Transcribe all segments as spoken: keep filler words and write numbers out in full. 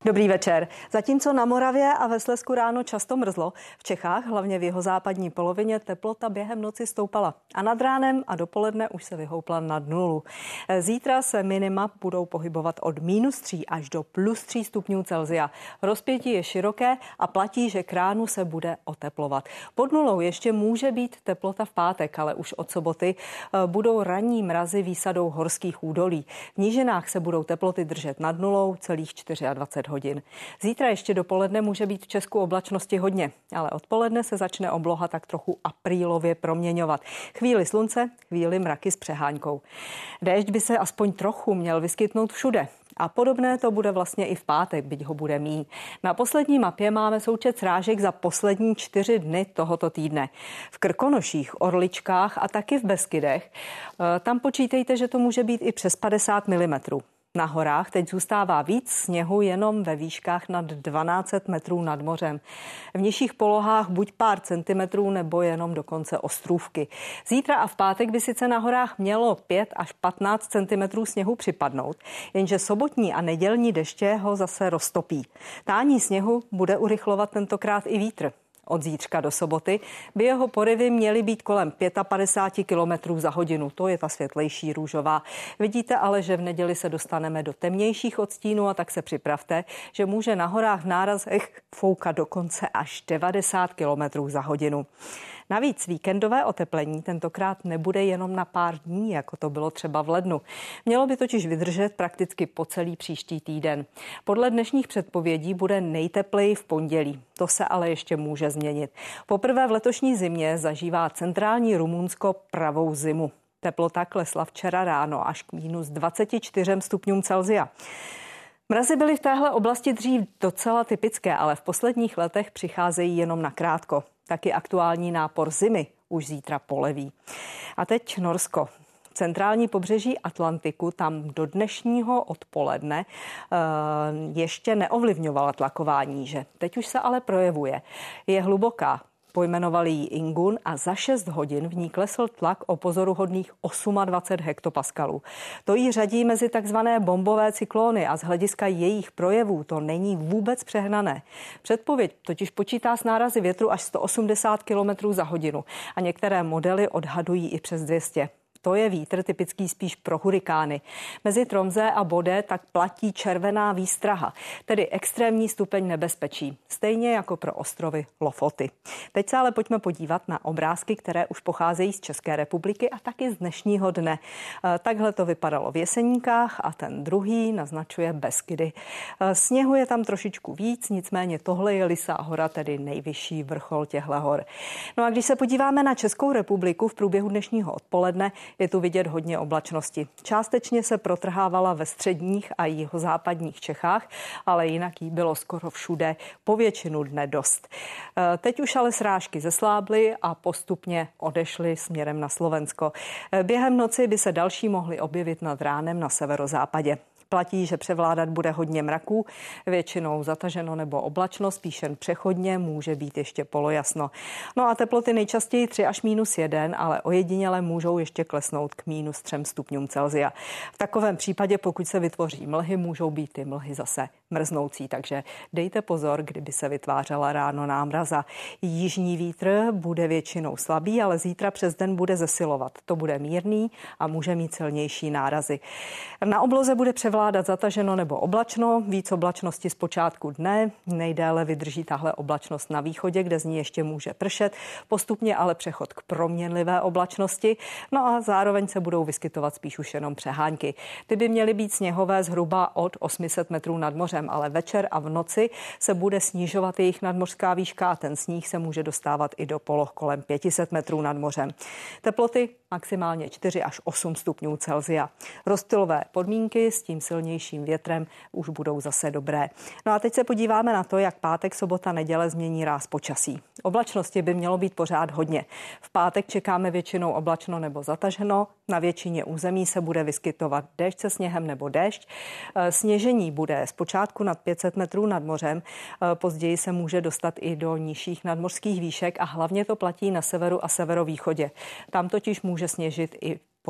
Dobrý večer. Zatímco na Moravě a ve Slezsku ráno často mrzlo, v Čechách, hlavně v jihozápadní polovině, teplota během noci stoupala. A nad ránem a dopoledne už se vyhoupla nad nulu. Zítra se minima budou pohybovat od minus tří až do plus tří stupňů Celsia. Rozpětí je široké a platí, že k ránu se bude oteplovat. Pod nulou ještě může být teplota v pátek, ale už od soboty budou ranní mrazy výsadou horských údolí. V nížinách se budou teploty držet nad nulou celých dvacet čtyři hodin. Zítra ještě dopoledne může být v Česku oblačnosti hodně, ale odpoledne se začne obloha tak trochu aprílově proměňovat. Chvíli slunce, chvíli mraky s přehánkou. Déšť by se aspoň trochu měl vyskytnout všude. A podobné to bude vlastně i v pátek, byť ho bude míň. Na poslední mapě máme součet srážek za poslední čtyři dny tohoto týdne. V Krkonoších, Orličkách a taky v Beskydech. Tam počítejte, že to může být i přes padesát milimetrů. Na horách teď zůstává víc sněhu jenom ve výškách nad dvanáct set metrů nad mořem. V nižších polohách buď pár centimetrů nebo jenom dokonce ostrůvky. Zítra a v pátek by sice na horách mělo pět až patnáct centimetrů sněhu připadnout, jenže sobotní a nedělní deště ho zase roztopí. Tání sněhu bude urychlovat tentokrát i vítr. Od zítřka do soboty by jeho porivy měly být kolem padesát pět kilometrů za hodinu. To je ta světlejší růžová. Vidíte ale, že v neděli se dostaneme do temnějších odstínů a tak se připravte, že může na horách v nárazech foukat dokonce až devadesát kilometrů za hodinu. Navíc víkendové oteplení tentokrát nebude jenom na pár dní, jako to bylo třeba v lednu. Mělo by totiž vydržet prakticky po celý příští týden. Podle dnešních předpovědí bude nejtepleji v pondělí. To se ale ještě může změnit. Poprvé v letošní zimě zažívá centrální Rumunsko pravou zimu. Teplota klesla včera ráno až k minus dvaceti čtyřem stupňům Celsia. Mrazy byly v téhle oblasti dřív docela typické, ale v posledních letech přicházejí jenom na krátko. Taky aktuální nápor zimy už zítra poleví. A teď Norsko. Centrální pobřeží Atlantiku tam do dnešního odpoledne uh, ještě neovlivňovala tlaková níže. Teď už se ale projevuje. Je hluboká. Pojmenovali ji Ingun a za šest hodin v ní klesl tlak o pozoruhodných dvacet osm hektopaskalů. To jí řadí mezi takzvané bombové cyklóny a z hlediska jejich projevů to není vůbec přehnané. Předpověď totiž počítá s nárazy větru až sto osmdesát kilometrů za hodinu a některé modely odhadují i přes dvě stě. To je vítr typický spíš pro hurikány. Mezi Tromsø a Bodø tak platí červená výstraha, tedy extrémní stupeň nebezpečí, stejně jako pro ostrovy Lofoty. Teď se ale pojďme podívat na obrázky, které už pocházejí z České republiky a taky z dnešního dne. Takhle to vypadalo v Jeseníkách a ten druhý naznačuje Beskydy. Sněhu je tam trošičku víc, nicméně tohle je Lysá hora, tedy nejvyšší vrchol těchto hor. No a když se podíváme na Českou republiku v průběhu dnešního odpoledne, je tu vidět hodně oblačnosti. Částečně se protrhávala ve středních a jihozápadních Čechách, ale jinak jí bylo skoro všude po většinu dne dost. Teď už ale srážky zeslábly a postupně odešly směrem na Slovensko. Během noci by se další mohly objevit nad ránem na severozápadě. Platí, že převládat bude hodně mraků, většinou zataženo nebo oblačno, spíš jen přechodně, může být ještě polojasno. No a teploty nejčastěji tři až minus jeden, ale ojediněle můžou ještě klesnout k minus třem stupňům Celsia. V takovém případě, pokud se vytvoří mlhy, můžou být ty mlhy zase mrznoucí, takže dejte pozor, kdyby se vytvářela ráno námraza. Jižní vítr bude většinou slabý, ale zítra přes den bude zesilovat. To bude mírný a může mít silnější nárazy. Na obloze bude převládat zataženo nebo oblačno, víc oblačnosti z počátku dne, nejdéle vydrží tahle oblačnost na východě, kde z ní ještě může pršet, postupně ale přechod k proměnlivé oblačnosti, no a zároveň se budou vyskytovat spíš už jenom přehánky. Ty by měly být sněhové zhruba od osm set metrů nad mořem, ale večer a v noci se bude snižovat jejich nadmořská výška a ten sníh se může dostávat i do poloh kolem pět set metrů nad mořem. Teploty maximálně čtyři až osm stupňů Celsia. Rozptylové podmínky s tím silnějším větrem už budou zase dobré. No a teď se podíváme na to, jak pátek, sobota, neděle změní ráz počasí. Oblačnosti by mělo být pořád hodně. V pátek čekáme většinou oblačno nebo zataženo. Na většině území se bude vyskytovat déšť se sněhem nebo déšť. Sněžení bude zpočátku nad pět set metrů nad mořem. Později se může dostat i do nižších nadmořských výšek a hlavně to platí na severu a severovýchodě. Tam totiž může sněžit i pod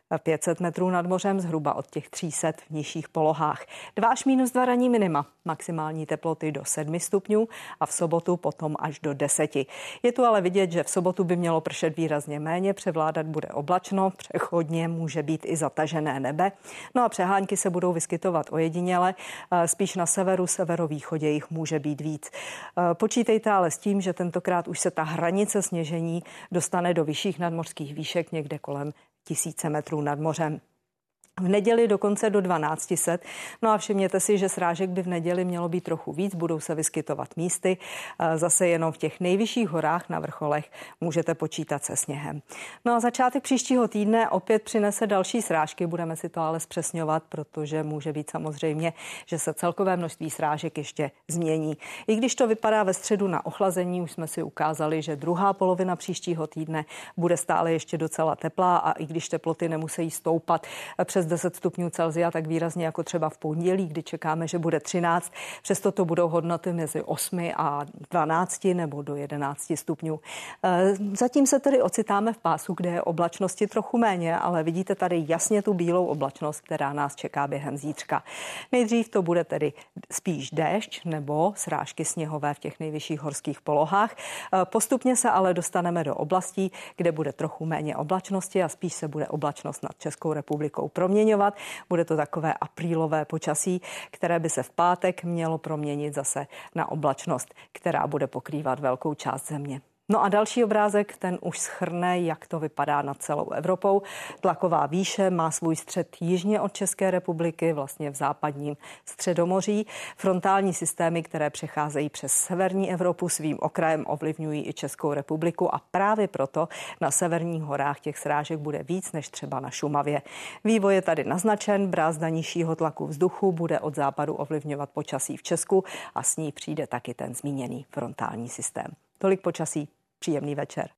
pět set metrů nad mořem, zhruba od těch tří set v nižších polohách. dva až minus dva ranní minima, maximální teploty do sedmi stupňů a v sobotu potom až do deseti. Je tu ale vidět, že v sobotu by mělo pršet výrazně méně, převládat bude oblačno, přechodně může být i zatažené nebe. No a přehánky se budou vyskytovat ojediněle, spíš na severu, severovýchodě jich může být víc. Počítejte ale s tím, že tentokrát už se ta hranice sněžení dostane do vyšších nadmořských výšek někde kolem tisíce metrů nad mořem. V neděli dokonce do dvanáct set. No a všimněte si, že srážek by v neděli mělo být trochu víc, budou se vyskytovat místy. Zase jenom v těch nejvyšších horách na vrcholech můžete počítat se sněhem. No a začátek příštího týdne opět přinese další srážky, budeme si to ale zpřesňovat, protože může být samozřejmě, že se celkové množství srážek ještě změní. I když to vypadá ve středu na ochlazení, už jsme si ukázali, že druhá polovina příštího týdne bude stále ještě docela teplá a i když teploty nemusí stoupat přes deset stupňů Celsia tak výrazně jako třeba v pondělí, kdy čekáme, že bude třináct. Přesto to budou hodnoty mezi osmi a dvanácti nebo do jedenácti stupňů. Zatím se tedy ocitáme v pásu, kde je oblačnosti trochu méně, ale vidíte tady jasně tu bílou oblačnost, která nás čeká během zítřka. Nejdřív to bude tedy spíš déšť nebo srážky sněhové v těch nejvyšších horských polohách. Postupně se ale dostaneme do oblastí, kde bude trochu méně oblačnosti a spíš se bude oblačnost nad Českou republikou proměňovat. Bude to takové aprílové počasí, které by se v pátek mělo proměnit zase na oblačnost, která bude pokrývat velkou část země. No a další obrázek, ten už shrne, jak to vypadá nad celou Evropou. Tlaková výše má svůj střed jižně od České republiky, vlastně v západním Středomoří. Frontální systémy, které přecházejí přes severní Evropu, svým okrajem ovlivňují i Českou republiku a právě proto na severních horách těch srážek bude víc než třeba na Šumavě. Vývoj je tady naznačen, brázda nižšího tlaku vzduchu bude od západu ovlivňovat počasí v Česku a s ní přijde taky ten zmíněný frontální systém. Tolik počasí. Příjemný večer.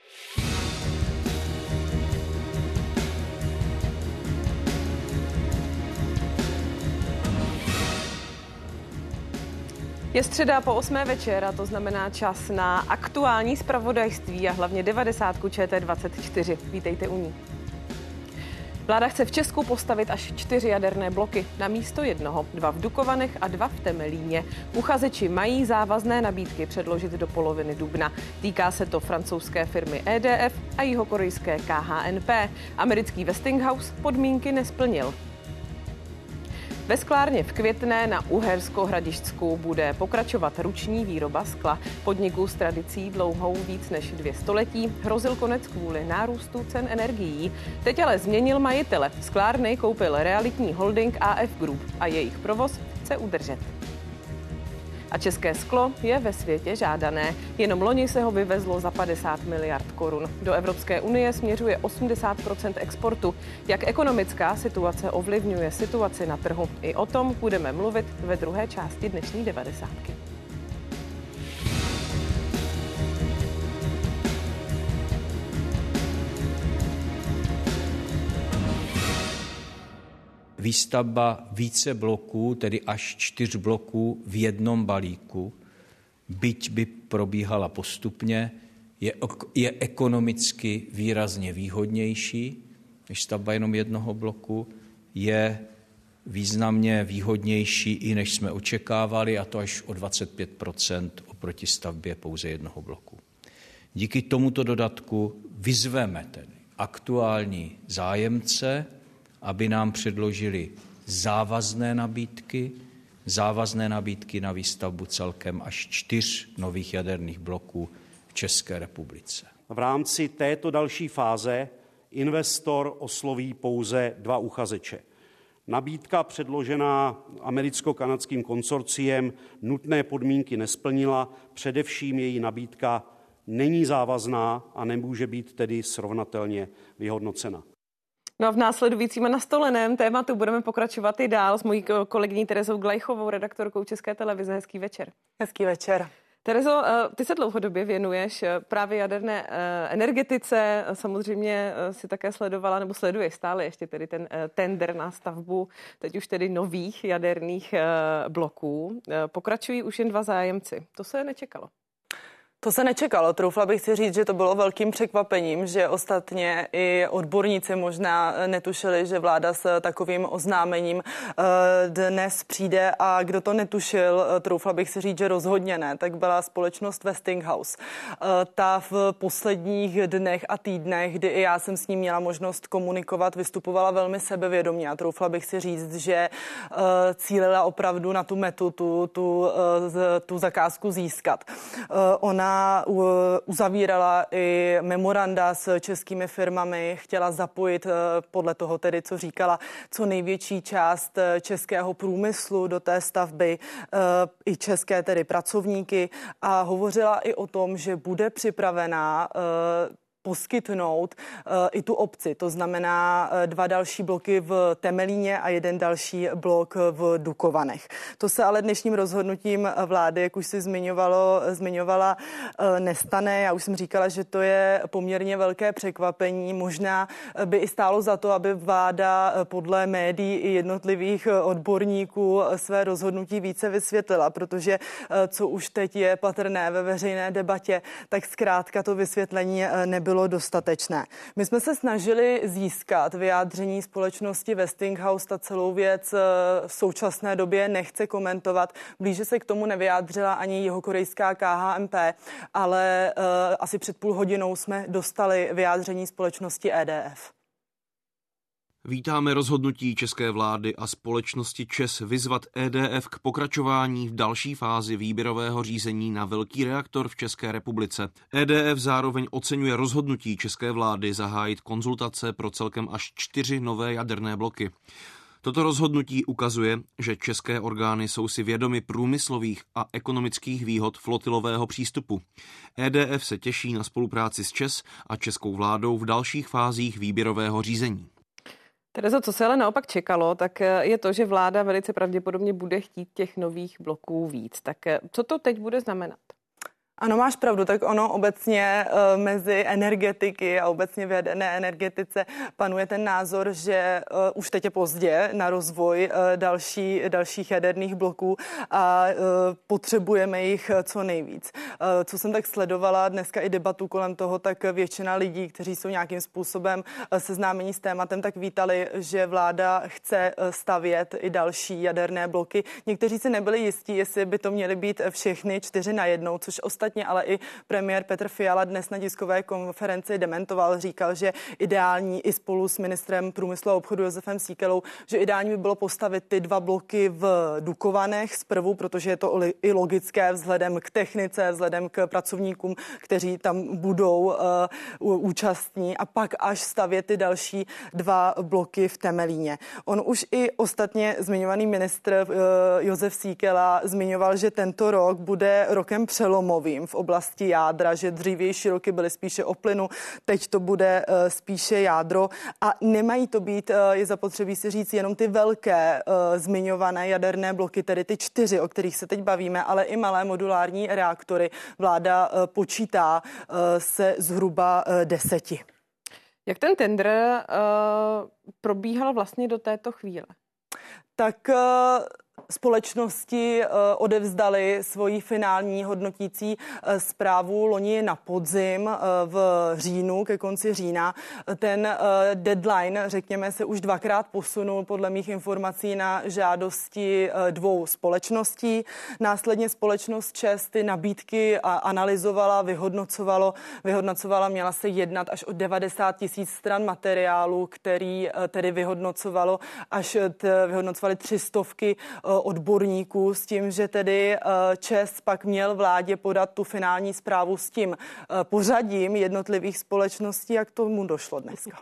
Je středa po osmé večer a to znamená čas na aktuální zpravodajství a hlavně devadesátku Č T dvacet čtyři. Vítejte u ní. Vláda chce v Česku postavit až čtyři jaderné bloky. Na místo jednoho, dva v Dukovanech a dva v Temelíně. Uchazeči mají závazné nabídky předložit do poloviny dubna. Týká se to francouzské firmy E D F a jihokorejské K H N P. Americký Westinghouse podmínky nesplnil. Ve sklárně v Květné na Uhersko-Hradišťsku bude pokračovat ruční výroba skla. Podniku s tradicí dlouhou víc než dvě století hrozil konec kvůli nárůstu cen energií. Teď ale změnil majitele. Sklárny koupil realitní holding A F Group a jejich provoz chce udržet. A české sklo je ve světě žádané. Jenom loni se ho vyvezlo za padesát miliard korun. Do Evropské unie směřuje osmdesát procent exportu. Jak ekonomická situace ovlivňuje situaci na trhu? I o tom budeme mluvit ve druhé části dnešní devadesátky. Výstavba více bloků, tedy až čtyř bloků v jednom balíku, byť by probíhala postupně, je, je ekonomicky výrazně výhodnější než stavba jenom jednoho bloku, je významně výhodnější i než jsme očekávali, a to až o dvacet pět procent oproti stavbě pouze jednoho bloku. Díky tomuto dodatku vyzveme tedy aktuální zájemce, aby nám předložili závazné nabídky, závazné nabídky na výstavbu celkem až čtyř nových jaderných bloků v České republice. V rámci této další fáze investor osloví pouze dva uchazeče. Nabídka předložená americko-kanadským konsorciem nutné podmínky nesplnila, především její nabídka není závazná a nemůže být tedy srovnatelně vyhodnocena. No a v následujícím a nastoleném tématu budeme pokračovat i dál s mojí kolegyní Terezou Glajchovou, redaktorkou České televize. Hezký večer. Hezký večer. Terezo, ty se dlouhodobě věnuješ právě jaderné energetice. Samozřejmě si také sledovala, nebo sleduješ stále ještě tedy ten tender na stavbu teď už tedy nových jaderných bloků. Pokračují už jen dva zájemci. To se nečekalo. To se nečekalo. Troufla bych si říct, že to bylo velkým překvapením, že ostatně i odborníci možná netušili, že vláda s takovým oznámením dnes přijde, a kdo to netušil, troufla bych si říct, že rozhodně ne, tak byla společnost Westinghouse. Ta v posledních dnech a týdnech, kdy i já jsem s ním měla možnost komunikovat, vystupovala velmi sebevědomě a troufla bych si říct, že cílila opravdu na tu metu, tu, tu, tu zakázku získat. Ona uzavírala i memoranda s českými firmami, chtěla zapojit podle toho tedy, co říkala, co největší část českého průmyslu do té stavby, i české tedy pracovníky, a hovořila i o tom, že bude připravená poskytnout uh, i tu opci. To znamená uh, dva další bloky v Temelíně a jeden další blok v Dukovanech. To se ale dnešním rozhodnutím vlády, jak už si zmiňovalo, zmiňovala, uh, nestane. Já už jsem říkala, že to je poměrně velké překvapení. Možná by i stálo za to, aby vláda podle médií i jednotlivých odborníků své rozhodnutí více vysvětlila, protože uh, co už teď je patrné ve veřejné debatě, tak zkrátka to vysvětlení nebylo bylo dostatečné. My jsme se snažili získat vyjádření společnosti Westinghouse, ta celou věc v současné době nechce komentovat. Blíže se k tomu nevyjádřila ani jihokorejská K H M P, ale uh, asi před půl hodinou jsme dostali vyjádření společnosti E D F. Vítáme rozhodnutí české vlády a společnosti ČEZ vyzvat E D F k pokračování v další fázi výběrového řízení na velký reaktor v České republice. E D F zároveň oceňuje rozhodnutí české vlády zahájit konzultace pro celkem až čtyři nové jaderné bloky. Toto rozhodnutí ukazuje, že české orgány jsou si vědomy průmyslových a ekonomických výhod flotilového přístupu. E D F se těší na spolupráci s ČEZ a českou vládou v dalších fázích výběrového řízení. Terezo, co se ale naopak čekalo, tak je to, že vláda velice pravděpodobně bude chtít těch nových bloků víc. Tak co to teď bude znamenat? Ano, máš pravdu, tak ono obecně uh, mezi energetiky a obecně v jaderné energetice panuje ten názor, že uh, už teď je pozdě na rozvoj uh, další, dalších jaderných bloků a uh, potřebujeme jich co nejvíc. Uh, co jsem tak sledovala dneska i debatu kolem toho, tak většina lidí, kteří jsou nějakým způsobem uh, seznámení s tématem, tak vítali, že vláda chce uh, stavět i další jaderné bloky. Někteří si nebyli jistí, jestli by to měly být všechny čtyři na jednou, což ostatně ale i premiér Petr Fiala dnes na tiskové konferenci dementoval, říkal, že ideální i spolu s ministrem průmyslu a obchodu Josefem Síkelou, že ideální by bylo postavit ty dva bloky v Dukovanech zprvu, protože je to i logické vzhledem k technice, vzhledem k pracovníkům, kteří tam budou uh, účastní, a pak až stavět ty další dva bloky v Temelíně. On už i ostatně zmiňovaný ministr uh, Josef Síkela zmiňoval, že tento rok bude rokem přelomovým v oblasti jádra, že dřívější roky byly spíše o plynu, teď to bude uh, spíše jádro, a nemají to být, uh, je zapotřebí si říct, jenom ty velké uh, zmiňované jaderné bloky, tedy ty čtyři, o kterých se teď bavíme, ale i malé modulární reaktory. Vláda uh, počítá uh, se zhruba uh, deseti. Jak ten tendr uh, probíhal vlastně do této chvíle? Tak uh, společnosti odevzdali svoji finální hodnotící zprávu loni na podzim v říjnu, ke konci října. Ten deadline, řekněme, se už dvakrát posunul podle mých informací na žádosti dvou společností. Následně společnost ČEZ ty nabídky analyzovala, vyhodnocovalo, vyhodnocovala, měla se jednat až o devadesát tisíc stran materiálu, který tedy vyhodnocovalo až t, vyhodnocovali tři stovky odborníků, s tím, že tedy ČEZ pak měl vládě podat tu finální zprávu s tím pořadím jednotlivých společností, jak tomu došlo dneska.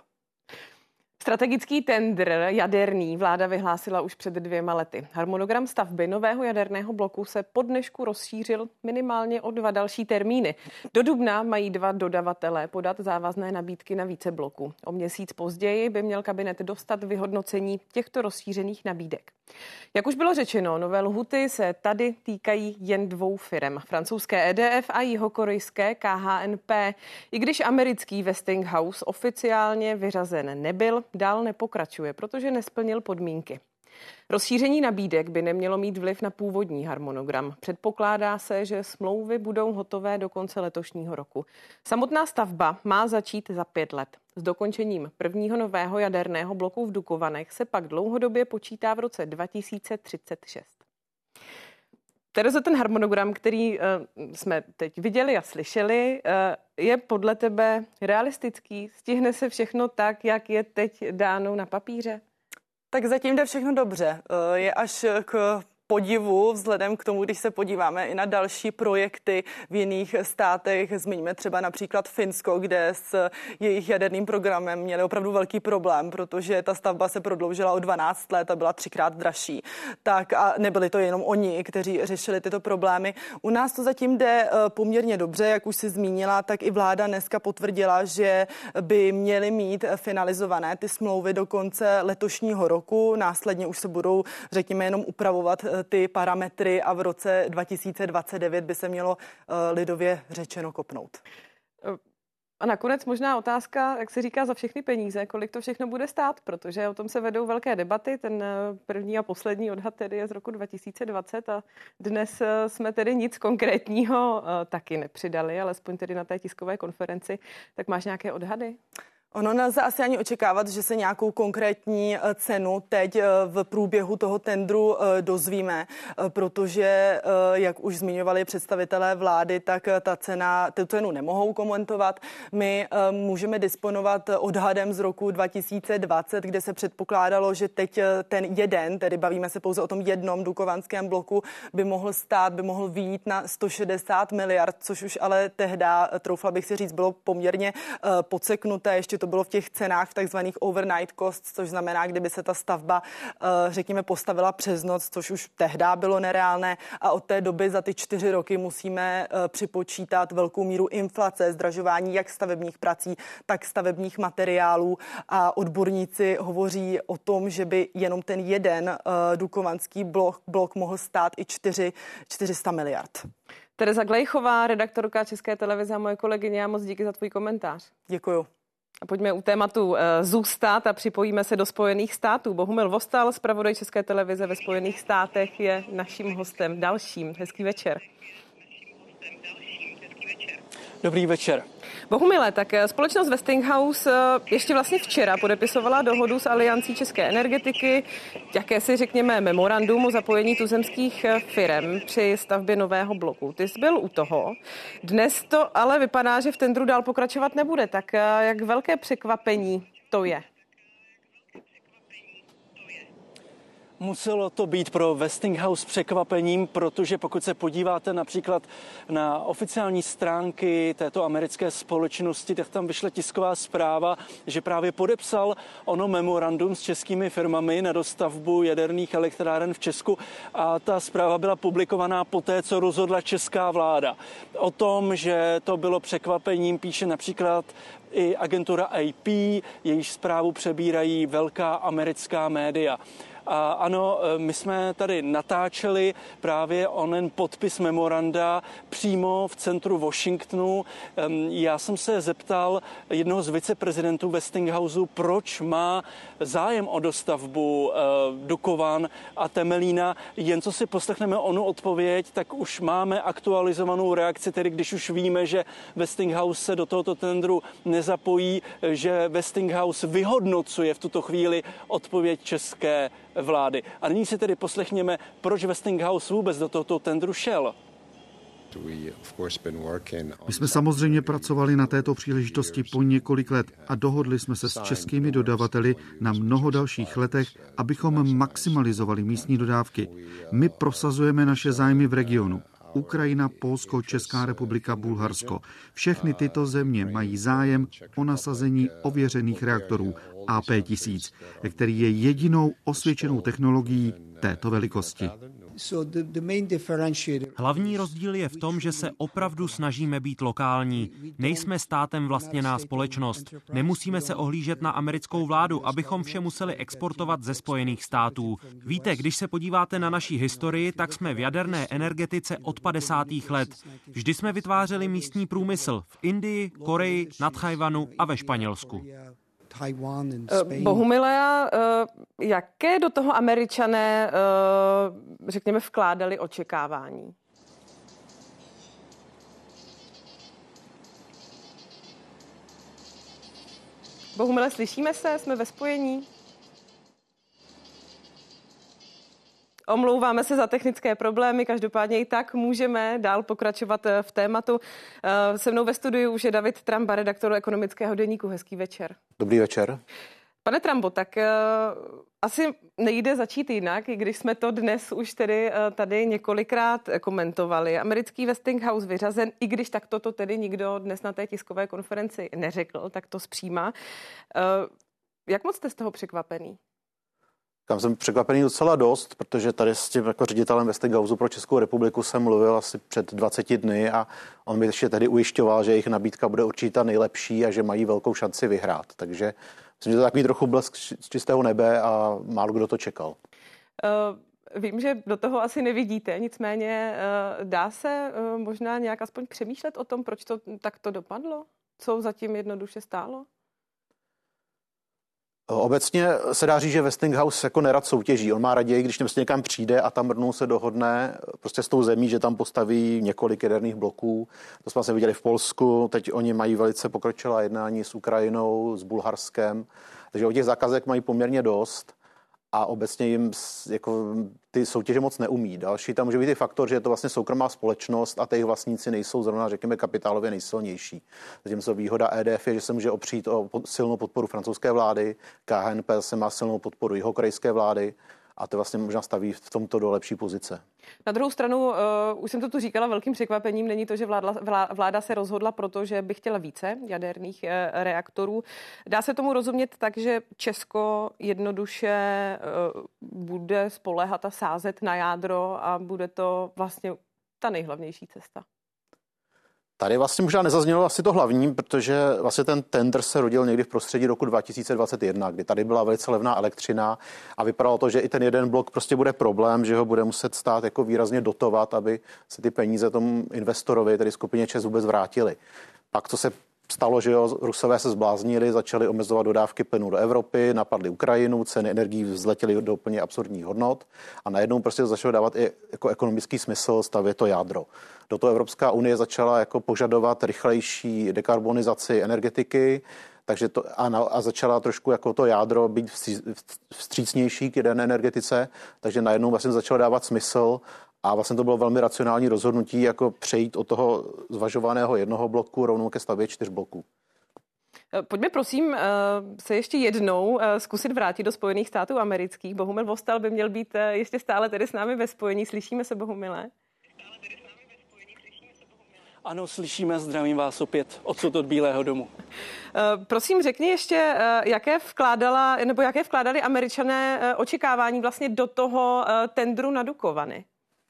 Strategický tendr jaderný vláda vyhlásila už před dvěma lety. Harmonogram stavby nového jaderného bloku se po dnešku rozšířil minimálně o dva další termíny. Do dubna mají dva dodavatelé podat závazné nabídky na více bloků. O měsíc později by měl kabinet dostat vyhodnocení těchto rozšířených nabídek. Jak už bylo řečeno, nové lhuty se tady týkají jen dvou firem. Francouzské E D F a jihokorejské K H N P. I když americký Westinghouse oficiálně vyřazen nebyl, dál nepokračuje, protože nesplnil podmínky. Rozšíření nabídek by nemělo mít vliv na původní harmonogram. Předpokládá se, že smlouvy budou hotové do konce letošního roku. Samotná stavba má začít za pět let. S dokončením prvního nového jaderného bloku v Dukovanech se pak dlouhodobě počítá v roce dva tisíce třicet šest. Terezo, ten harmonogram, který uh, jsme teď viděli a slyšeli, uh, je podle tebe realistický? Stihne se všechno tak, jak je teď dáno na papíře? Tak zatím jde všechno dobře. Je až k podivu vzhledem k tomu, když se podíváme i na další projekty v jiných státech. Zmiňme třeba například Finsko, kde s jejich jaderným programem měli opravdu velký problém, protože ta stavba se prodloužila o dvanáct let a byla třikrát dražší. Tak a nebyli to jenom oni, kteří řešili tyto problémy. U nás to zatím jde poměrně dobře, jak už si zmínila, tak i vláda dneska potvrdila, že by měly mít finalizované ty smlouvy do konce letošního roku. Následně už se budou, řekněme, jenom upravovat ty parametry a v roce dva tisíce dvacet devět by se mělo uh, lidově řečeno kopnout. A nakonec možná otázka, jak se říká, za všechny peníze, kolik to všechno bude stát, protože o tom se vedou velké debaty. Ten první a poslední odhad tedy je z roku dva tisíce dvacet a dnes jsme tedy nic konkrétního taky nepřidali, alespoň tedy na té tiskové konferenci. Tak máš nějaké odhady? Ono nelze asi ani očekávat, že se nějakou konkrétní cenu teď v průběhu toho tendru dozvíme, protože, jak už zmiňovali představitelé vlády, tak ta cena, tu cenu nemohou komentovat. My můžeme disponovat odhadem z roku dva tisíce dvacet, kde se předpokládalo, že teď ten jeden, tedy bavíme se pouze o tom jednom dukovanském bloku, by mohl stát, by mohl vyjít na sto šedesát miliard, což už ale tehda, troufla bych si říct, bylo poměrně podseknuté. Ještě to bylo v těch cenách v takzvaných overnight costs, což znamená, kdyby se ta stavba, řekněme, postavila přes noc, což už tehdy bylo nereálné a od té doby za ty čtyři roky musíme připočítat velkou míru inflace, zdražování jak stavebních prací, tak stavebních materiálů a odborníci hovoří o tom, že by jenom ten jeden dukovanský blok, blok mohl stát i čtyři sta miliard. Tereza Glejchová, redaktorka České televize a moje kolegyně, a moc díky za tvůj komentář. Děkuju. A pojďme u tématu zůstat a připojíme se do Spojených států. Bohumil Vostal, zpravodaj České televize ve Spojených státech, je naším hostem dalším. Hezký večer. Dobrý večer. Bohumile, tak společnost Westinghouse ještě vlastně včera podepisovala dohodu s Aliancí české energetiky, jakési, řekněme, memorandum o zapojení tuzemských firem při stavbě nového bloku. Ty jsi byl u toho. Dnes to ale vypadá, že v tendru dál pokračovat nebude. Tak jak velké překvapení to je? Muselo to být pro Westinghouse překvapením, protože pokud se podíváte například na oficiální stránky této americké společnosti, tak tam vyšla tisková zpráva, že právě podepsal ono memorandum s českými firmami na dostavbu jaderných elektráren v Česku a ta zpráva byla publikovaná poté, co rozhodla česká vláda. O tom, že to bylo překvapením, píše například i agentura A P, jejíž zprávu přebírají velká americká média. A ano, my jsme tady natáčeli právě onen podpis memoranda přímo v centru Washingtonu. Já jsem se zeptal jednoho z viceprezidentů Westinghouseu, proč má zájem o dostavbu Dukovan a Temelína. Jen co si poslechneme onu odpověď, tak už máme aktualizovanou reakci, tedy když už víme, že Westinghouse se do tohoto tendru nezapojí, že Westinghouse vyhodnocuje v tuto chvíli odpověď české vlády. A nyní si tedy poslechněme, proč Westinghouse vůbec do tohoto tendru šel. My jsme samozřejmě pracovali na této příležitosti po několik let a dohodli jsme se s českými dodavateli na mnoho dalších letech, abychom maximalizovali místní dodávky. My prosazujeme naše zájmy v regionu. Ukrajina, Polsko, Česká republika, Bulharsko. Všechny tyto země mají zájem o nasazení ověřených reaktorů A P tisíc, který je jedinou osvědčenou technologií této velikosti. Hlavní rozdíl je v tom, že se opravdu snažíme být lokální. Nejsme státem vlastněná společnost. Nemusíme se ohlížet na americkou vládu, abychom vše museli exportovat ze Spojených států. Víte, když se podíváte na naší historii, tak jsme v jaderné energetice od padesátých let. Vždy jsme vytvářeli místní průmysl v Indii, Koreji, na Tchajvanu a ve Španělsku. Bohumile, jaké do toho Američané, řekněme, vkládali očekávání? Bohumile, slyšíme se? Jsme ve spojení? Omlouváme se za technické problémy, každopádně i tak můžeme dál pokračovat v tématu. Se mnou ve studiu už je David Tramba, redaktor ekonomického deníku. Hezký večer. Dobrý večer. Pane Trambo, tak uh, asi nejde začít jinak, i když jsme to dnes už tedy uh, tady několikrát komentovali. Americký Westinghouse vyřazen, i když takto to tedy nikdo dnes na té tiskové konferenci neřekl, tak to zpříma. Uh, jak moc jste z toho překvapený? Tam jsem překvapený docela dost, protože tady s tím jako ředitelem Westinghouse pro Českou republiku jsem mluvil asi před dvaceti dny a on mi ještě tehdy ujišťoval, že jejich nabídka bude určitě ta nejlepší a že mají velkou šanci vyhrát. Takže myslím, že to je takový trochu blesk z čistého nebe a málo kdo to čekal. Uh, vím, že do toho asi nevidíte, nicméně uh, dá se uh, možná nějak aspoň přemýšlet o tom, proč to takto dopadlo? Co zatím jednoduše stálo? Obecně se dá říct, že Westinghouse jako nerad soutěží. On má raději, když prostě někam přijde a tam rovnou se dohodne prostě s tou zemí, že tam postaví několik jaderných bloků. To jsme se viděli v Polsku, teď oni mají velice pokročilá jednání s Ukrajinou, s Bulharskem, takže o těch zakázek mají poměrně dost a obecně jim jako ty soutěže moc neumí. Další tam může být i faktor, že je to vlastně soukromá společnost a těch vlastníci nejsou zrovna, řekněme, kapitálově nejsilnější. Zatímco výhoda E D F je, že se může opřít o silnou podporu francouzské vlády, K H N P se má silnou podporu jihokorejské vlády a to vlastně možná staví v tomto do lepší pozice. Na druhou stranu, uh, už jsem to tu říkala, velkým překvapením není to, že vláda, vláda se rozhodla proto, že by chtěla více jaderných uh, reaktorů. Dá se tomu rozumět tak, že Česko jednoduše uh, bude spoléhat a sázet na jádro a bude to vlastně ta nejhlavnější cesta? Tady vlastně možná nezaznělo asi to hlavní, protože vlastně ten tender se rodil někdy v prostředí roku dva tisíce dvacet jedna, kdy tady byla velice levná elektřina a vypadalo to, že i ten jeden blok prostě bude problém, že ho bude muset stát jako výrazně dotovat, aby se ty peníze tomu investorovi, tedy skupině ČEZ, vůbec vrátily. Pak co se stalo, že jo, Rusové se zbláznili, začali omezovat dodávky plynu do Evropy, napadli Ukrajinu, ceny energií vzletěly do úplně absurdních hodnot a najednou prostě začalo dávat i jako ekonomický smysl stavět to jádro. Do toho Evropská unie začala jako požadovat rychlejší dekarbonizaci energetiky, takže to, a, na, a začala trošku jako to jádro být vstřícnější k jaderné energetice, takže najednou vlastně začalo dávat smysl. A vlastně to bylo velmi racionální rozhodnutí, jako přejít od toho zvažovaného jednoho bloku rovnou ke stavbě čtyř bloků. Pojďme prosím se ještě jednou zkusit vrátit do Spojených států amerických. Bohumil Vostal by měl být ještě stále tedy s námi ve spojení. Slyšíme se, Bohumile? Ano, slyšíme, zdravím vás opět odsud od Bílého domu. Prosím, řekni ještě, jaké vkládala, nebo jaké vkládali Američané očekávání vlastně do toho tendru na Dukovany?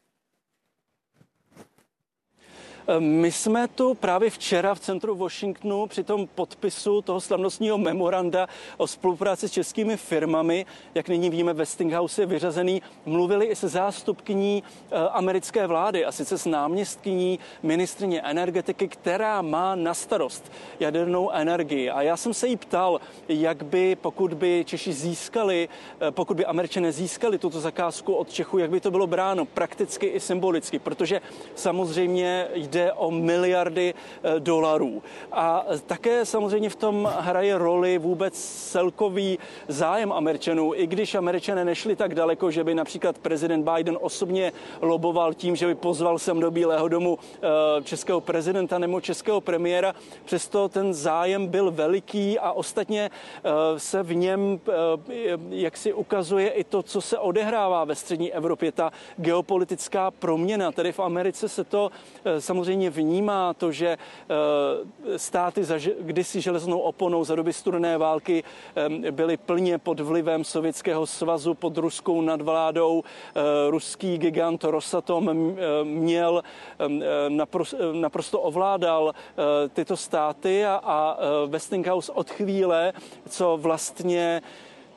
My jsme tu právě včera v centru Washingtonu při tom podpisu toho slavnostního memoranda o spolupráci s českými firmami, jak nyní víme, Westinghouse je vyřazený, mluvili i se zástupkyní americké vlády, a sice s náměstkyní ministryně energetiky, která má na starost jadernou energii. A já jsem se jí ptal, jak by, pokud by Češi získali, pokud by Američané získali tuto zakázku od Čechů, jak by to bylo bráno prakticky i symbolicky, protože samozřejmě jde o miliardy dolarů. A také samozřejmě v tom hraje roli vůbec celkový zájem Američanů, i když Američané nešli tak daleko, že by například prezident Biden osobně loboval tím, že by pozval sem do Bílého domu českého prezidenta nebo českého premiéra. Přesto ten zájem byl veliký a ostatně se v něm jak si ukazuje i to, co se odehrává ve střední Evropě, ta geopolitická proměna. Tedy v Americe se to samozřejmě vnímá to, že státy za kdysi železnou oponou za doby studené války byly plně pod vlivem Sovětského svazu, pod ruskou nadvládou. Ruský gigant Rosatom měl naprosto, naprosto ovládal tyto státy a, a Westinghouse od chvíle, co vlastně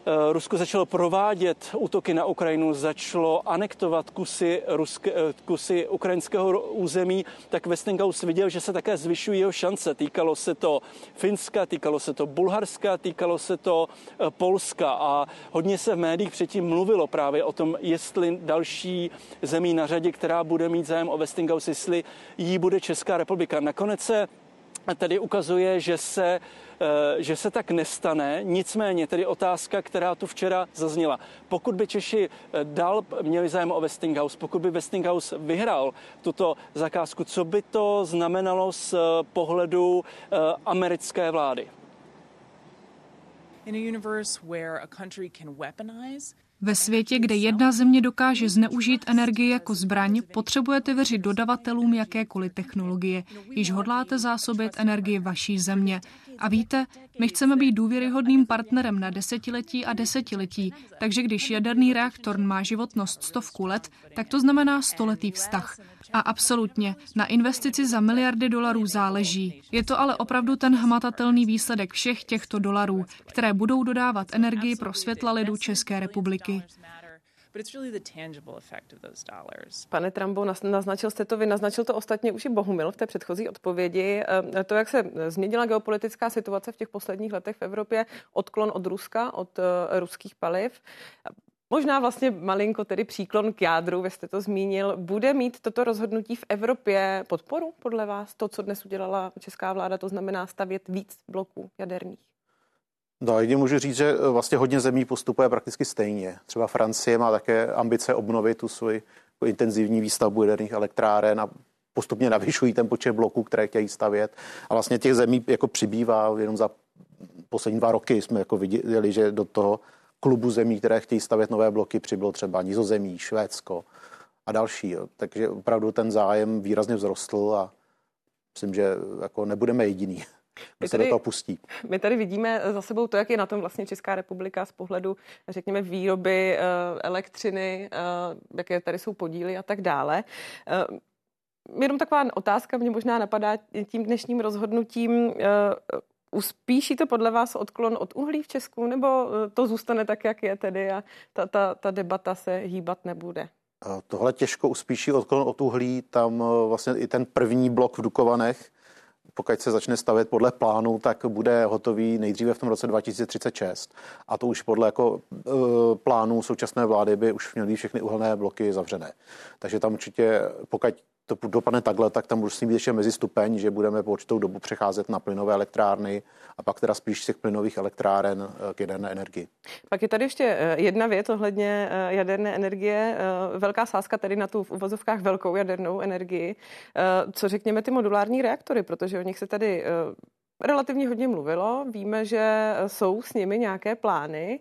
Rusko začalo provádět útoky na Ukrajinu, začalo anektovat kusy, ruské, kusy ukrajinského území, tak Westinghouse viděl, že se také zvyšují jeho šance. Týkalo se to Finska, týkalo se to Bulharska, týkalo se to Polska a hodně se v médiích předtím mluvilo právě o tom, jestli další zemí na řadě, která bude mít zájem o Westinghouse, jestli jí bude Česká republika. Nakonec se tedy ukazuje, že se, že se tak nestane. Nicméně tedy otázka, která tu včera zazněla. Pokud by Češi dál měli zájem o Westinghouse, pokud by Westinghouse vyhrál tuto zakázku, co by to znamenalo z pohledu americké vlády? In a universe where a country can weaponize. Ve světě, kde jedna země dokáže zneužít energii jako zbraň, potřebujete věřit dodavatelům jakékoliv technologie, již hodláte zásobit energii vaší země. A víte, my chceme být důvěryhodným partnerem na desetiletí a desetiletí, takže když jaderný reaktor má životnost stovku let, tak to znamená stoletý vztah. A absolutně, na investici za miliardy dolarů záleží. Je to ale opravdu ten hmatatelný výsledek všech těchto dolarů, které budou dodávat energii pro světla lidu České republiky. Pane Trambo, naznačil jste to vy, naznačil to ostatně už i Bohumil v té předchozí odpovědi. To, jak se změnila geopolitická situace v těch posledních letech v Evropě, odklon od Ruska, od ruských paliv, možná vlastně malinko tedy příklon k jádru, vy jste to zmínil. Bude mít toto rozhodnutí v Evropě podporu podle vás? To, co dnes udělala česká vláda, to znamená stavět víc bloků jaderných? No, jedině můžu říct, že vlastně hodně zemí postupuje prakticky stejně. Třeba Francie má také ambice obnovit tu svoji intenzivní výstavbu jaderných elektráren a postupně navyšují ten počet bloků, které chtějí stavět. A vlastně těch zemí jako přibývá. Jenom za poslední dva roky jsme jako viděli, že do toho klubu zemí, které chtějí stavět nové bloky, přibylo třeba Nizozemí, Švédsko a další. Jo. Takže opravdu ten zájem výrazně vzrostl a myslím, že jako nebudeme jediný. My tady, se do toho pustí. My tady vidíme za sebou to, jak je na tom vlastně Česká republika z pohledu, řekněme, výroby elektřiny, jaké tady jsou podíly a tak dále. Jenom taková otázka mě možná napadá tím dnešním rozhodnutím. Uspíší to podle vás odklon od uhlí v Česku, nebo to zůstane tak, jak je tedy a ta, ta, ta debata se hýbat nebude? Tohle těžko uspíší odklon od uhlí. Tam vlastně i ten první blok v Dukovanech, pokud se začne stavět podle plánu, tak bude hotový nejdříve v tom roce dva tisíce třicet šest. A to už podle jako e, plánu současné vlády by už měly všechny uhelné bloky zavřené. Takže tam určitě, pokud to dopadne takhle, tak tam musí být ještě mezistupeň, že budeme po určitou dobu přecházet na plynové elektrárny a pak teda spíš z těch plynových elektráren k jaderné energii. Pak je tady ještě jedna věc ohledně jaderné energie. Velká sázka tedy na tu v uvozovkách velkou jadernou energii. Co řekněme ty modulární reaktory, protože o nich se tady relativně hodně mluvilo. Víme, že jsou s nimi nějaké plány.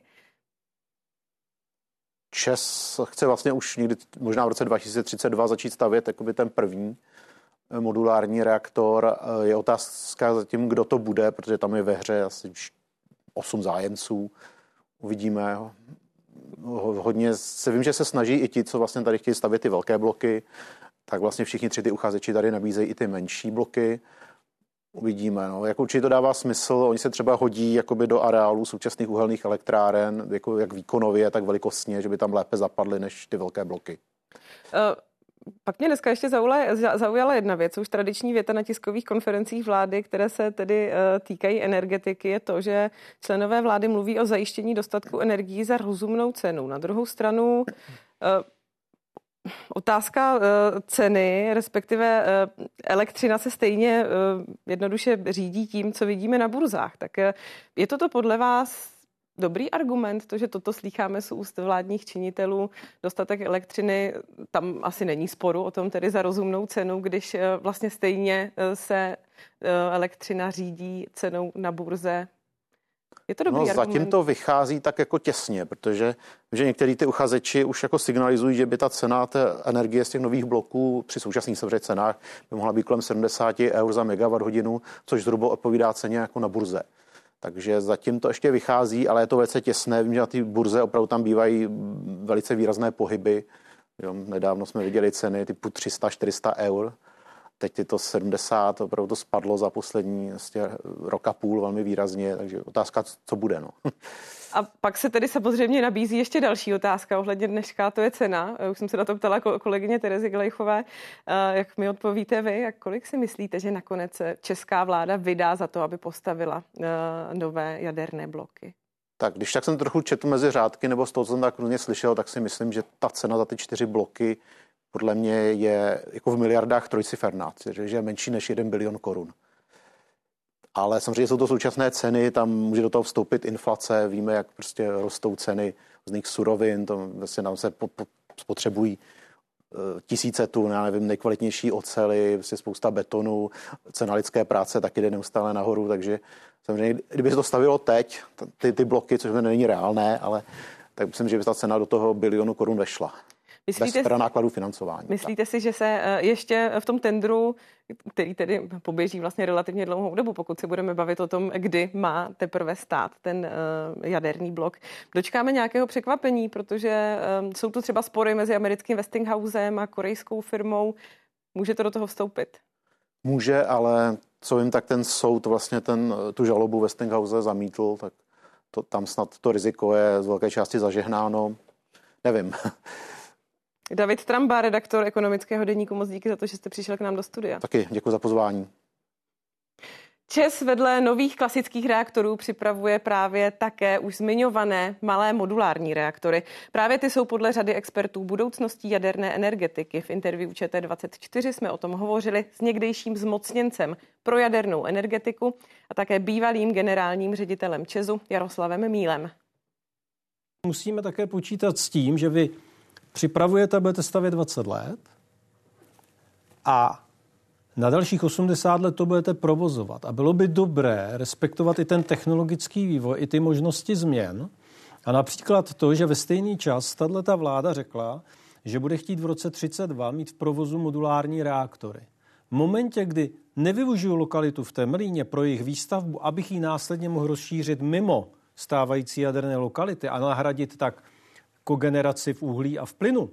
ČEZ chce vlastně už někdy možná v roce dva tisíce třicet dva začít stavět jakoby ten první modulární reaktor. Je otázka zatím, kdo to bude, protože tam je ve hře asi osm zájemců. Uvidíme. Hodně se vím, že se snaží i ti, co vlastně tady chtějí stavět ty velké bloky, tak vlastně všichni tři ty uchazeči tady nabízejí i ty menší bloky. Uvidíme. No. Jako určitě to dává smysl. Oni se třeba hodí jakoby do areálu současných uhelných elektráren, jako jak výkonově, tak velikostně, že by tam lépe zapadly než ty velké bloky. Uh, pak mě dneska ještě zaujala, zaujala jedna věc. Už tradiční věta na tiskových konferencích vlády, které se tedy uh, týkají energetiky, je to, že členové vlády mluví o zajištění dostatku energií za rozumnou cenu. Na druhou stranu uh, otázka uh, ceny, respektive uh, elektřina se stejně uh, jednoduše řídí tím, co vidíme na burzách. Tak uh, je toto podle vás dobrý argument, to, že toto slýcháme z úst vládních činitelů, dostatek elektřiny, tam asi není sporu o tom tedy za rozumnou cenu, když uh, vlastně stejně uh, se uh, elektřina řídí cenou na burze? Je to dobrý no, argument? Zatím to vychází tak jako těsně, protože že některý ty uchazeči už jako signalizují, že by ta cena té energie z těch nových bloků při současných samozřejmě cenách by mohla být kolem sedmdesát eur za megawatt hodinu, což zhruba odpovídá ceně jako na burze. Takže zatím to ještě vychází, ale je to velice těsné. Vím, že na té burze opravdu tam bývají velice výrazné pohyby. Jo, nedávno jsme viděli ceny typu tři sta až čtyři sta eur. Teď je to sedmdesát, opravdu to spadlo za poslední vlastně rok a půl velmi výrazně, takže otázka, co bude. No. A pak se tedy samozřejmě nabízí ještě další otázka ohledně dneška, to je cena. Už jsem se na to ptala kolegyně Terezy Glejchové. Jak mi odpovíte vy, jak kolik si myslíte, že nakonec česká vláda vydá za to, aby postavila nové jaderné bloky? Tak když tak jsem trochu četl mezi řádky, nebo z toho, co jsem tak různě slyšel, tak si myslím, že ta cena za ty čtyři bloky podle mě je jako v miliardách trojciferná, že je menší než jeden bilion korun. Ale samozřejmě jsou to současné ceny, tam může do toho vstoupit inflace, víme, jak prostě rostou ceny různých surovin, to vlastně nám se po, po, spotřebují tisíce tun, já nevím, nejkvalitnější ocely, prostě spousta betonu, cena lidské práce taky jde neustále nahoru, takže samozřejmě, kdyby se to stavilo teď, ty, ty bloky, což není reálné, ale tak myslím, že by ta cena do toho bilionu korun vešla. Myslíte, bez teda nákladů financování. Myslíte tak. si, že se ještě v tom tendru, který tedy poběží vlastně relativně dlouhou dobu, pokud se budeme bavit o tom, kdy má teprve stát ten uh, jaderný blok, dočkáme nějakého překvapení, protože um, jsou tu třeba spory mezi americkým Westinghousem a korejskou firmou. Může to do toho vstoupit? Může, ale co vím, tak ten soud vlastně ten, tu žalobu Westinghouse zamítl, tak to, tam snad to riziko je z velké části zažehnáno. Nevím. David Tramba, redaktor ekonomického deníku, moc díky za to, že jste přišel k nám do studia. Taky děkuji za pozvání. ČEZ vedle nových klasických reaktorů připravuje právě také už zmiňované malé modulární reaktory. Právě ty jsou podle řady expertů budoucností jaderné energetiky. V interview Č T dvacet čtyři jsme o tom hovořili s někdejším zmocněncem pro jadernou energetiku a také bývalým generálním ředitelem ČEZu Jaroslavem Mílem. Musíme také počítat s tím, že vy připravujete a budete stavět dvacet let a na dalších osmdesát let to budete provozovat. A bylo by dobré respektovat i ten technologický vývoj, i ty možnosti změn. A například to, že ve stejný čas tato vláda řekla, že bude chtít v roce třicet dva mít v provozu modulární reaktory. V momentě, kdy nevyužiju lokalitu v Temelíně pro jejich výstavbu, abych ji následně mohl rozšířit mimo stávající jaderné lokality a nahradit tak kogeneraci v uhlí a v plynu,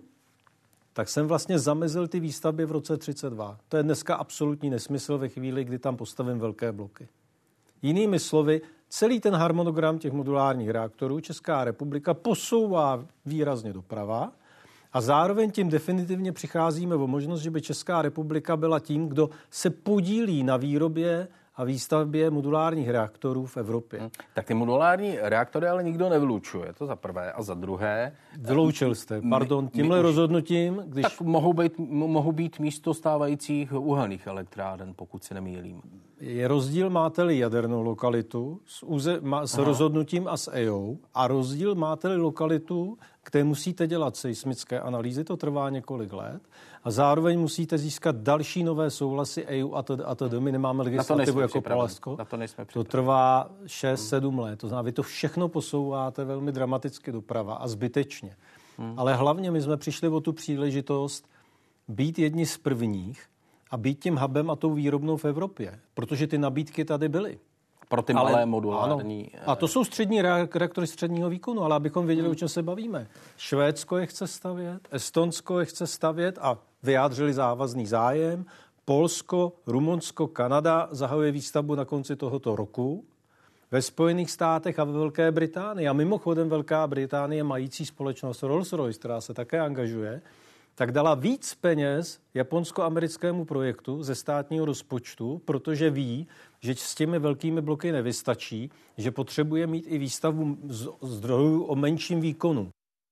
tak jsem vlastně zamezil ty výstavby v roce třicet dva. To je dneska absolutní nesmysl ve chvíli, kdy tam postavím velké bloky. Jinými slovy, celý ten harmonogram těch modulárních reaktorů Česká republika posouvá výrazně doprava a zároveň tím definitivně přicházíme o možnost, že by Česká republika byla tím, kdo se podílí na výrobě a výstavbě modulárních reaktorů v Evropě. Hmm. Tak ty modulární reaktory ale nikdo nevylučuje, to za prvé. A za druhé... Vyloučil jste, pardon, tímhle my, rozhodnutím, když... Tak mohou být, mohou být místo stávajících uhelných elektráren, pokud se nemýlím. Je rozdíl, máte-li jadernou lokalitu s, úze, má, s rozhodnutím a s E I O a rozdíl máte-li lokalitu, kde musíte dělat seismické analýzy, to trvá několik let, a zároveň musíte získat další nové souhlasy E I O a to, a to my nemáme legislativu jako Polsko. To, to trvá šest sedm let. To znamená, vy to všechno posouváte velmi dramaticky doprava a zbytečně. Hmm. Ale hlavně my jsme přišli o tu příležitost být jedni z prvních a být tím hubem a tou výrobnou v Evropě, protože ty nabídky tady byly. Pro ty malé ale, modulární... Ano. A to jsou střední reaktory středního výkonu, ale abychom věděli, hmm. o čem se bavíme. Švédsko je chce stavět, Estonsko je chce stavět a vyjádřili závazný zájem. Polsko, Rumunsko, Kanada zahajuje výstavbu na konci tohoto roku. Ve Spojených státech a ve Velké Británii, a mimochodem Velká Británie mající společnost Rolls-Royce, která se také angažuje, tak dala víc peněz japonsko-americkému projektu ze státního rozpočtu, protože ví, že s těmi velkými bloky nevystačí, že potřebuje mít i výstavbu zdrojů o menším výkonu.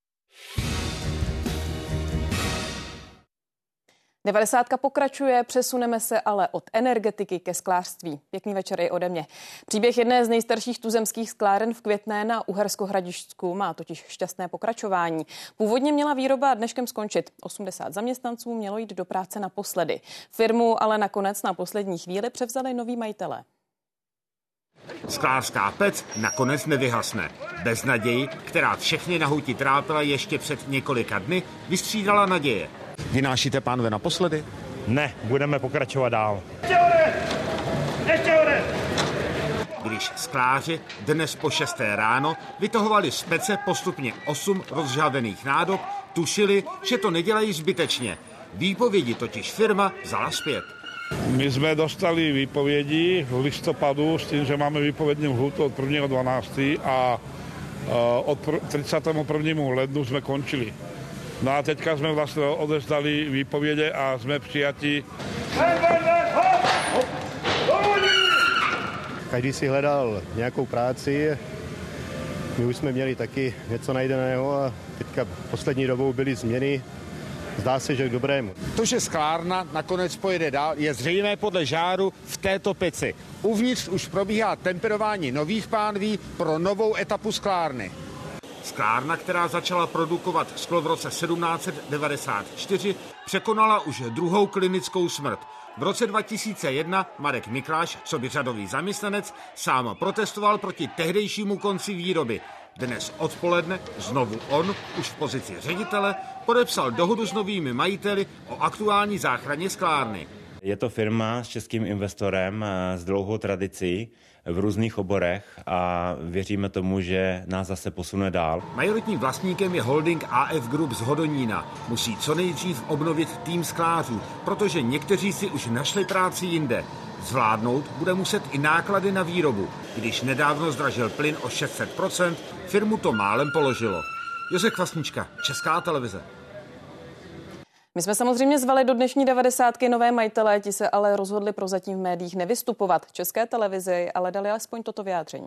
devadesátka pokračuje, přesuneme se ale od energetiky ke sklářství. Pěkný večer i ode mě. Příběh jedné z nejstarších tuzemských skláren v Květné na Uhersko-Hradišťsku má totiž šťastné pokračování. Původně měla výroba dneškem skončit. osmdesát zaměstnanců mělo jít do práce naposledy. Firmu ale nakonec na poslední chvíli převzali noví majitelé. Sklářská pec nakonec nevyhasne. Beznaději, která všechny na huti trápila ještě před několika dny, vystřídala naděje. Vynášíte, pánové, naposledy? Ne, budeme pokračovat dál. Když skláři dnes po šesté ráno vytahovali z pece postupně osm rozžhavených nádob, tušili, že to nedělají zbytečně. Výpovědi totiž firma vzala zpět. My jsme dostali výpovědi v listopadu s tím, že máme výpovědní lhůtu od prvního dvanáctého a od třicátého prvního lednu jsme končili. No a teďka jsme vlastně odezdali výpovědi a jsme přijati. Každý si hledal nějakou práci, my už jsme měli taky něco najdeného a teďka poslední dobou byly změny. Zdá se, že k dobrému. To, že sklárna nakonec pojede dál, je zřejmé podle žáru v této peci. Uvnitř už probíhá temperování nových pánví pro novou etapu sklárny. Sklárna, která začala produkovat sklo v roce sedmnáct set devadesát čtyři, překonala už druhou klinickou smrt. V roce dva tisíce jedna Marek Mikláš, coby řadový zaměstnanec, sám protestoval proti tehdejšímu konci výroby. Dnes odpoledne znovu on, už v pozici ředitele, podepsal dohodu s novými majiteli o aktuální záchraně sklárny. Je to firma s českým investorem s dlouhou tradicí v různých oborech a věříme tomu, že nás zase posune dál. Majoritním vlastníkem je holding A F Group z Hodonína. Musí co nejdřív obnovit tým sklářů, protože někteří si už našli práci jinde. Zvládnout bude muset i náklady na výrobu. Když nedávno zdražil plyn o šest set procent, firmu to málem položilo. Josef Kvasnička, Česká televize. My jsme samozřejmě zvali do dnešní devadesátky nové majitelé, ti se ale rozhodli prozatím v médiích nevystupovat. České televizi ale dali alespoň toto vyjádření.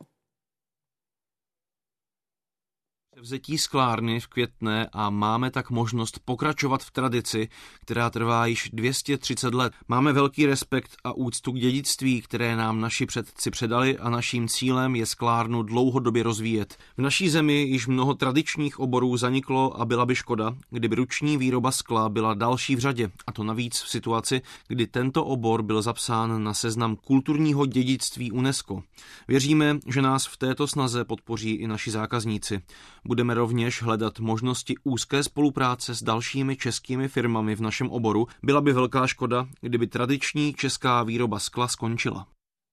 Převzetí sklárny v Květné a máme tak možnost pokračovat v tradici, která trvá již dvě stě třicet let. Máme velký respekt a úctu k dědictví, které nám naši předci předali a naším cílem je sklárnu dlouhodobě rozvíjet. V naší zemi již mnoho tradičních oborů zaniklo a byla by škoda, kdyby ruční výroba skla byla další v řadě, a to navíc v situaci, kdy tento obor byl zapsán na seznam kulturního dědictví UNESCO. Věříme, že nás v této snaze podpoří i naši zákazníci. Budeme rovněž hledat možnosti úzké spolupráce s dalšími českými firmami v našem oboru. Byla by velká škoda, kdyby tradiční česká výroba skla skončila.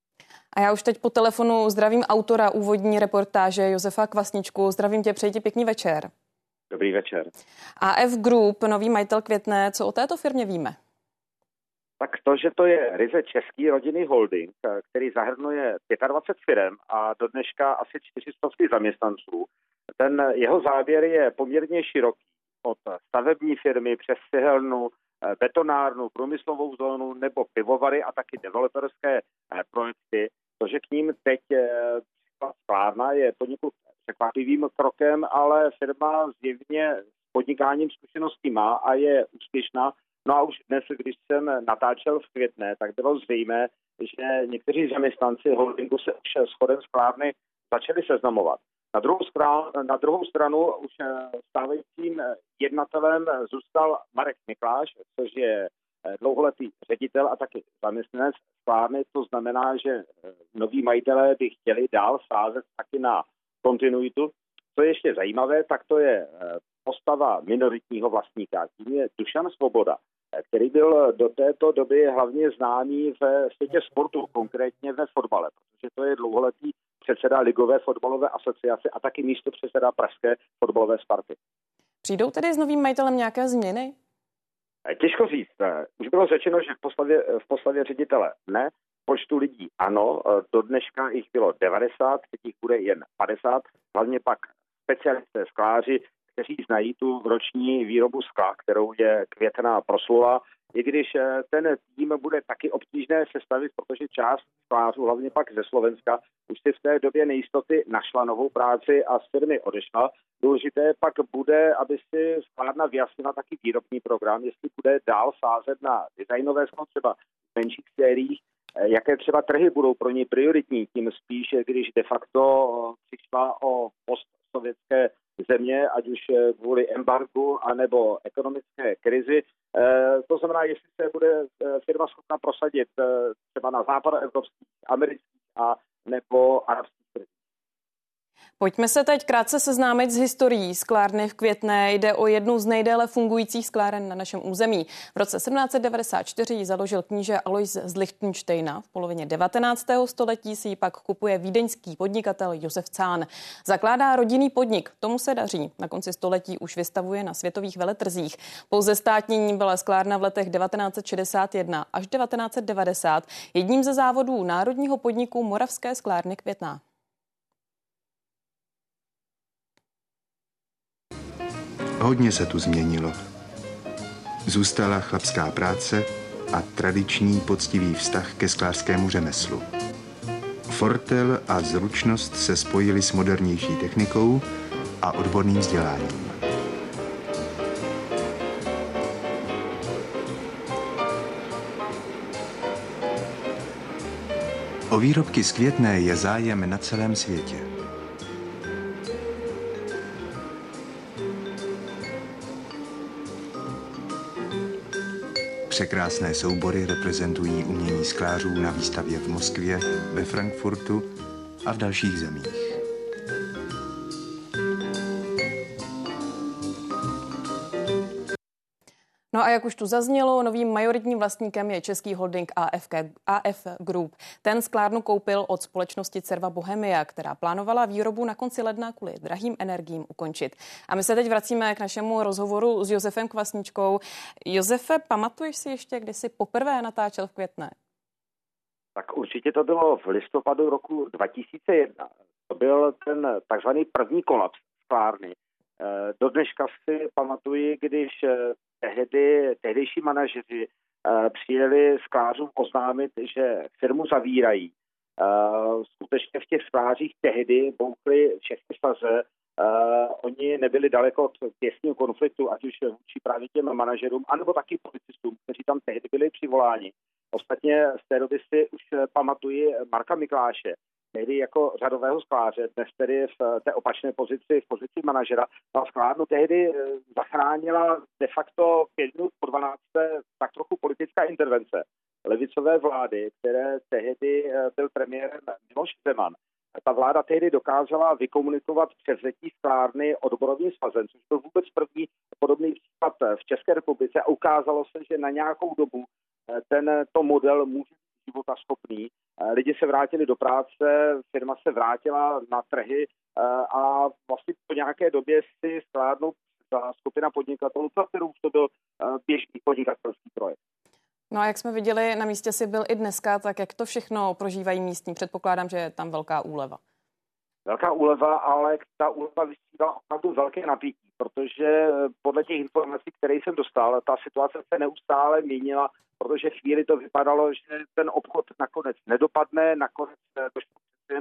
A já už teď po telefonu zdravím autora úvodní reportáže Josefa Kvasničku. Zdravím tě, přeji ti pěkný večer. Dobrý večer. A F Group, nový majitel Květné, co o této firmě víme? Tak to, že to je ryze český rodinný holding, který zahrnuje dvacet pět firem a do dneška asi čtyři stovky zaměstnanců, ten jeho záběr je poměrně široký. Od stavební firmy přes cihelnu, betonárnu, průmyslovou zónu nebo pivovary a taky developerské projekty. To, že k ním teď sklárna je poněkud překvapivým krokem, ale firma zjevně s podnikáním zkušeností má a je úspěšná. No a už dnes, když jsem natáčel v Květné, tak bylo zřejmé, že někteří zaměstnanci holdingu se už s chodem sklárny začali seznamovat. Na druhou, stranu, na druhou stranu už stávajícím jednatelem zůstal Marek Mikláš, což je dlouholetý ředitel a taky zaměstnanec sklárny. To znamená, že noví majitelé by chtěli dál sázet taky na kontinuitu. Co je ještě zajímavé, tak to je postava minoritního vlastníka. Tím je Dušan Svoboda, který byl do této doby hlavně známý ve světě sportu, konkrétně ve fotbale, protože to je dlouholetý předseda Ligové fotbalové asociace a taky místopředseda Pražské fotbalové Sparty. Přijdou tedy s novým majitelem nějaké změny? Těžko říct. Už bylo řečeno, že v poslavě, v poslavě ředitele ne, počtu lidí ano, do dneška jich bylo devadesát, teď jich bude jen padesát, hlavně pak specialisté skláři, kteří znají tu roční výrobu skla, kterou je Květná proslula, i když ten tým bude taky obtížné sestavit, protože část sklářů, hlavně pak ze Slovenska, už si v té době nejistoty našla novou práci a z firmy odešla. Důležité pak bude, aby si sklárna vyjasnila taky výrobní program, jestli bude dál sázet na designové sklo třeba v menších sériích, jaké třeba trhy budou pro ní prioritní, tím spíš, když de facto přišla o postsovětské země, ať už kvůli embargu anebo ekonomické krizi. To znamená, jestli se bude firma schopna prosadit třeba na západoevropských, amerických a nebo arabských trzích. Pojďme se teď krátce seznámit s historií sklárny v Květné. Jde o jednu z nejdéle fungujících skláren na našem území. V roce sedmnáct set devadesát čtyři ji založil kníže Alois z Lichtenštejna. V polovině devatenáctého století si ji pak kupuje vídeňský podnikatel Josef Cahn. Zakládá rodinný podnik, tomu se daří. Na konci století už vystavuje na světových veletrzích. Po zestátnění byla sklárna v letech devatenáct set šedesát jedna až devatenáct set devadesát jedním ze závodů národního podniku Moravské sklárny Květná. Hodně se tu změnilo. Zůstala chlapská práce a tradiční poctivý vztah ke sklářskému řemeslu. Fortel a zručnost se spojily s modernější technikou a odborným vzděláním. O výrobky z Květné je zájem na celém světě. Překrásné soubory reprezentují umění sklářů na výstavě v Moskvě, ve Frankfurtu a v dalších zemích. No a jak už tu zaznělo, novým majoritním vlastníkem je český holding A F K, A F Group. Ten sklárnu koupil od společnosti Cerva Bohemia, která plánovala výrobu na konci ledna kvůli drahým energiím ukončit. A my se teď vracíme k našemu rozhovoru s Josefem Kvasničkou. Josefe, pamatuješ si ještě, kdy jsi poprvé natáčel v Květné? Tak určitě to bylo v listopadu roku dva tisíce jedna. To byl ten takzvaný první kolaps sklárny. Do dneška si pamatuji, když tehdy, tehdejší manažeři uh, přijeli sklářům oznámit, že firmu zavírají. Uh, skutečně v těch sklářích tehdy bouchly všechny staře. Uh, oni nebyli daleko od těsného konfliktu, ať už vůči právě těm manažerům, anebo taky policistům, kteří tam tehdy byli přivoláni. Ostatně z té doby si už pamatuji Marka Mikláše, tehdy jako řadového skláře, dnes tedy v té opačné pozici, v pozici manažera. A sklárnu tehdy zachránila de facto pět minut po dvanácté tak trochu politická intervence levicové vlády, které tehdy byl premiérem Miloš Zeman. Ta vláda tehdy dokázala vykomunikovat převzetí sklárny odborovým svazem, což byl vůbec první podobný případ v České republice a ukázalo se, že na nějakou dobu tento model může životaschopný. Lidi se vrátili do práce, firma se vrátila na trhy a vlastně po nějaké době si sklárnou za skupina podnikatelů, pro kterou to byl běžný podnikatelský projekt. No a jak jsme viděli, na místě si byl i dneska, tak jak to všechno prožívají místní? Předpokládám, že je tam velká úleva. Velká úleva, ale ta úleva vystřídala opravdu velké napětí, protože podle těch informací, které jsem dostal, ta situace se neustále měnila, protože chvíli to vypadalo, že ten obchod nakonec nedopadne, nakonec došlo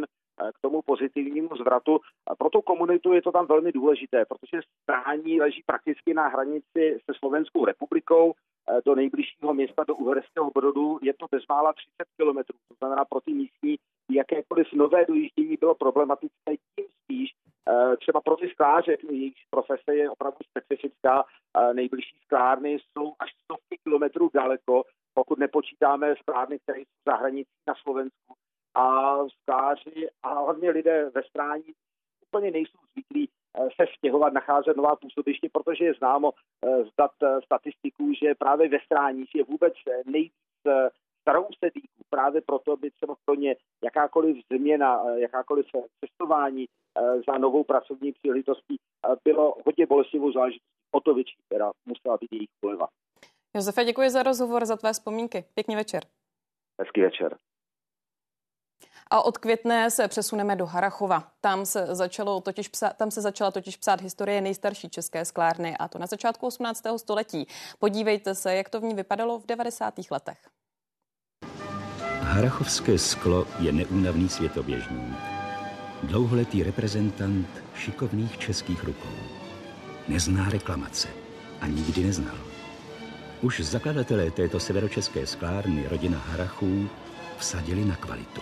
k tomu pozitivnímu zvratu. A pro tu komunitu je to tam velmi důležité, protože Strání leží prakticky na hranici se Slovenskou republikou. Do nejbližšího města, do Uherského Brodu, je to bezmála třicet kilometrů. To znamená, pro ty místní jakékoliv nové dojíždění bylo problematické, tím spíš třeba pro ty skláře, jejich profese je opravdu specifická. Nejbližší sklárny jsou až stovky kilometrů daleko, pokud nepočítáme sklárny, které jsou za hranicí na Slovensku. A skláři a hlavně lidé ve Strání úplně nejsou zvyklí se stěhovat, nacházet nová působiště, protože je známo z dat statistiků, že právě ve Stráních je vůbec nejvíc starousedlíků. Právě proto by třeba pro ně jakákoliv změna, jakákoliv cestování za novou pracovní příležitostí bylo hodně bolestivou záležitostí. O to větší, která musela být jejich úleva. Josefe, děkuji za rozhovor, za tvé vzpomínky. Pěkný večer. Hezký večer. A od Květné se přesuneme do Harrachova. Tam se, začalo totiž psát, tam se začala totiž psát historie nejstarší české sklárny, a to na začátku osmnáctého století. Podívejte se, jak to v ní vypadalo v devadesátých letech. Harrachovské sklo je neúnavný světoběžník. Dlouholetý reprezentant šikovných českých rukou. Nezná reklamace a nikdy neznal. Už zakladatelé této severočeské sklárny, rodina Harrachů, vsadili na kvalitu.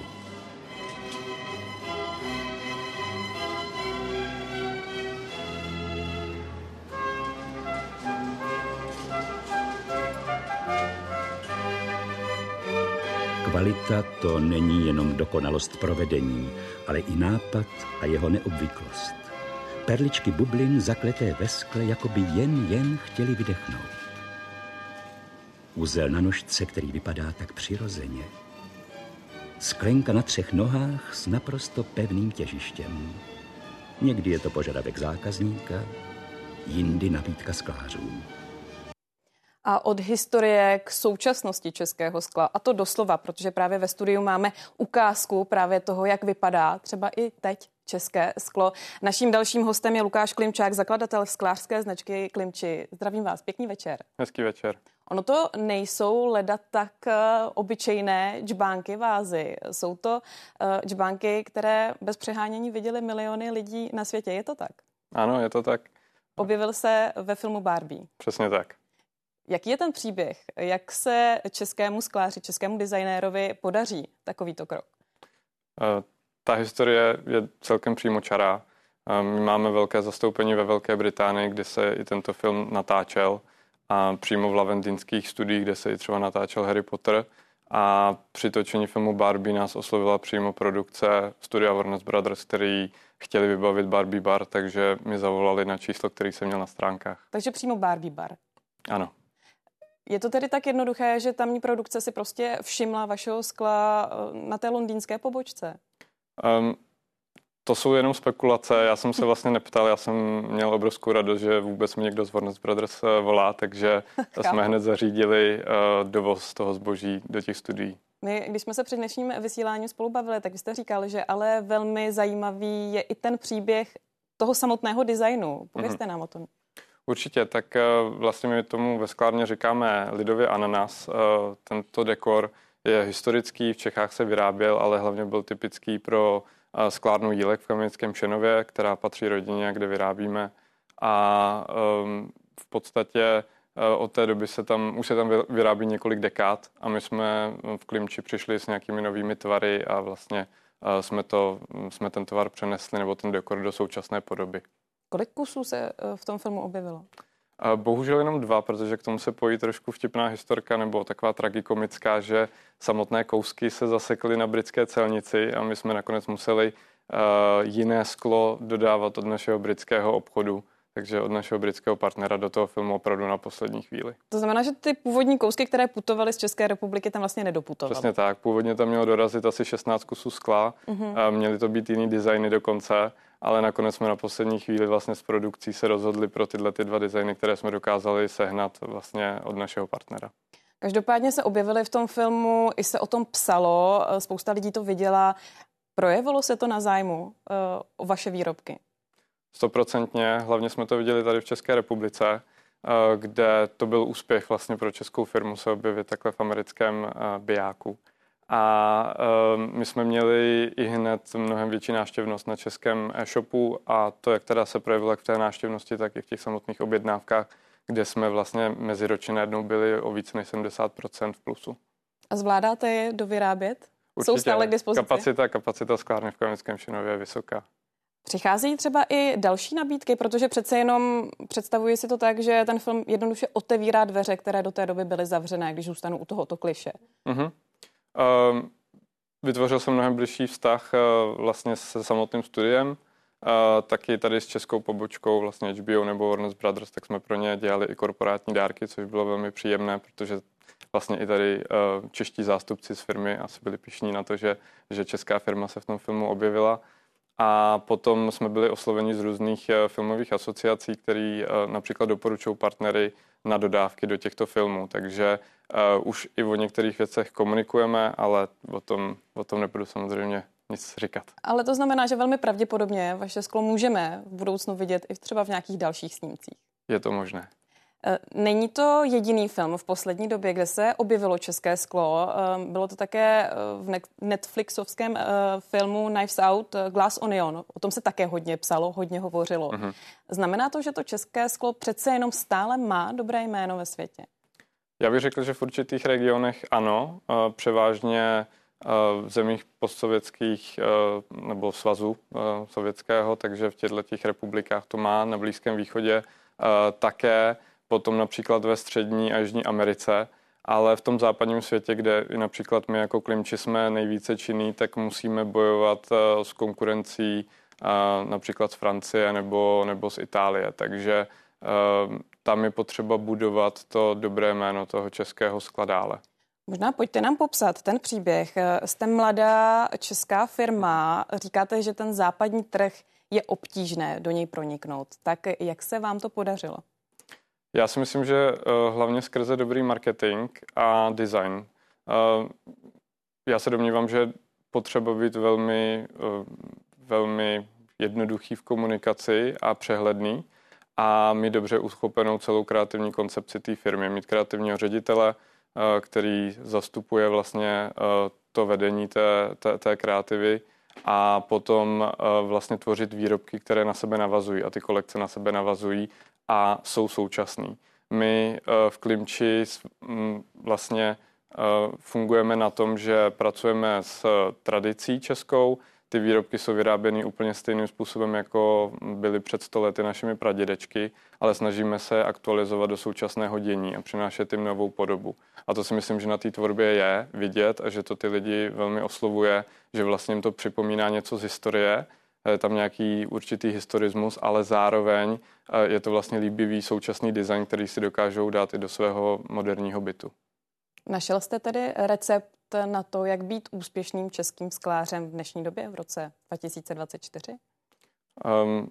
Kvalita to není jenom dokonalost provedení, ale i nápad a jeho neobvyklost. Perličky bublin zakleté ve skle jakoby jen, jen chtěli vydechnout. Uzel na nožce, který vypadá tak přirozeně. Sklenka na třech nohách s naprosto pevným těžištěm. Někdy je to požadavek zákazníka, jindy nabídka sklářů. A od historie k současnosti českého skla, a to doslova, protože právě ve studiu máme ukázku právě toho, jak vypadá třeba i teď české sklo. Naším dalším hostem je Lukáš Klimčák, zakladatel sklářské značky Klimči. Zdravím vás, pěkný večer. Hezký večer. Ono to nejsou leda tak uh, obyčejné džbánky vázy. Jsou to uh, džbánky, které bez přehánění viděli miliony lidí na světě. Je to tak? Ano, je to tak. Objevil se ve filmu Barbie. Přesně tak. Jaký je ten příběh? Jak se českému skláři, českému designérovi podaří takovýto krok? Uh, ta historie je celkem přímočará. Uh, my máme velké zastoupení ve Velké Británii, kde se i tento film natáčel. A přímo v Lavendinských studiích, kde se i třeba natáčel Harry Potter. A při točení filmu Barbie nás oslovila přímo produkce studia Warner Brothers, který chtěli vybavit Barbie bar, takže mi zavolali na číslo, který jsem měl na stránkách. Takže přímo Barbie bar. Ano. Je to tedy tak jednoduché, že tamní produkce si prostě všimla vašeho skla na té londýnské pobočce? Um, To jsou jenom spekulace, já jsem se vlastně neptal, já jsem měl obrovskou radost, že vůbec mi někdo z Warner Brothers volá, takže jsme hned zařídili uh, dovoz toho zboží do těch studií. My, když jsme se před dnešním vysíláním spolu bavili, tak jste říkal, že ale velmi zajímavý je i ten příběh toho samotného designu. Povězte mm-hmm. nám o tom. Určitě, tak uh, vlastně my tomu ve sklárně říkáme lidově ananas. Uh, tento dekor je historický, v Čechách se vyráběl, ale hlavně byl typický pro sklárnu Jílek v Kamenickém Šenově, která patří rodině, kde vyrábíme. A um, v podstatě uh, od té doby se tam, už se tam vyrábí několik dekád a my jsme v Klimči přišli s nějakými novými tvary a vlastně uh, jsme, to, jsme ten tvar přenesli nebo ten dekor do současné podoby. Kolik kusů se v tom filmu objevilo? Bohužel jenom dva, protože k tomu se pojí trošku vtipná historka nebo taková tragikomická, že samotné kousky se zasekly na britské celnici a my jsme nakonec museli uh, jiné sklo dodávat od našeho britského obchodu, takže od našeho britského partnera do toho filmu opravdu na poslední chvíli. To znamená, že ty původní kousky, které putovaly z České republiky, tam vlastně nedoputovaly. Přesně tak. Původně tam mělo dorazit asi šestnáct kusů skla, uh-huh. měly to být jiný designy dokonce, ale nakonec jsme na poslední chvíli vlastně s produkcí se rozhodli pro tyhle ty dva designy, které jsme dokázali sehnat vlastně od našeho partnera. Každopádně se objevily v tom filmu, i se o tom psalo, spousta lidí to viděla. Projevilo se to na zájmu uh, o vaše výrobky? Stoprocentně, hlavně jsme to viděli tady v České republice, uh, kde to byl úspěch vlastně pro českou firmu se objevit takhle v americkém uh, bijáku. A uh, my jsme měli i hned mnohem větší návštěvnost na českém e-shopu a to, jak teda se projevilo jak v té návštěvnosti, tak i v těch samotných objednávkách, kde jsme vlastně meziročně najednou byli o více než sedmdesát procent v plusu. A zvládáte je dovyrábět? Určitě. Jsou stále k dispozici? Kapacita, kapacita sklárny v Kamenickém Šenově je vysoká. Přicházejí třeba i další nabídky, protože přece jenom představuji si to tak, že ten film jednoduše otevírá dveře, které do té doby byly zavřené, když zůstanu u tohoto kliše. Uh-huh. Uh, vytvořil jsem mnohem bližší vztah uh, vlastně se samotným studiem, uh, taky tady s českou pobočkou vlastně H B O nebo Warner Brothers, tak jsme pro ně dělali i korporátní dárky, což bylo velmi příjemné, protože vlastně i tady uh, čeští zástupci z firmy asi byli pyšní na to, že, že česká firma se v tom filmu objevila. A potom jsme byli osloveni z různých uh, filmových asociací, který uh, například doporučují partnery na dodávky do těchto filmů. Takže uh, už i o některých věcech komunikujeme, ale o tom, o tom nebudu samozřejmě nic říkat. Ale to znamená, že velmi pravděpodobně vaše sklo můžeme v budoucnu vidět i třeba v nějakých dalších snímcích. Je to možné. Není to jediný film v poslední době, kde se objevilo české sklo. Bylo to také v Netflixovském filmu Knives Out, Glass Onion. O tom se také hodně psalo, hodně hovořilo. Mm-hmm. Znamená to, že to české sklo přece jenom stále má dobré jméno ve světě? Já bych řekl, že v určitých regionech ano. Převážně v zemích postsovětských nebo svazu sovětského, takže v těchto republikách to má, na Blízkém východě také, potom například ve Střední a Jižní Americe ale v tom západním světě, kde i například my jako Klimči jsme nejvíce činní, tak musíme bojovat s konkurencí například z Francie nebo, nebo z Itálie. Takže tam je potřeba budovat to dobré jméno toho českého skla dále. Možná pojďte nám popsat ten příběh. Jste mladá česká firma, říkáte, že ten západní trh je obtížné do něj proniknout. Tak jak se vám to podařilo? Já si myslím, že hlavně skrze dobrý marketing a design. Já se domnívám, že potřeba být velmi, velmi jednoduchý v komunikaci a přehledný a mít dobře uchopenou celou kreativní koncepci té firmy. Mít kreativního ředitele, který zastupuje vlastně to vedení té, té, té kreativy a potom vlastně tvořit výrobky, které na sebe navazují a ty kolekce na sebe navazují a jsou současný. My v Klimči vlastně fungujeme na tom, že pracujeme s tradicí českou. Ty výrobky jsou vyráběny úplně stejným způsobem, jako byly před sto lety našimi pradědečky, ale snažíme se aktualizovat do současného dění a přinášet jim novou podobu. A to si myslím, že na té tvorbě je vidět a že to ty lidi velmi oslovuje, že vlastně jim to připomíná něco z historie, je tam nějaký určitý historismus, ale zároveň je to vlastně líbivý současný design, který si dokážou dát i do svého moderního bytu. Našel jste tedy recept na to, jak být úspěšným českým sklářem v dnešní době, v roce dva tisíce dvacet čtyři? Um,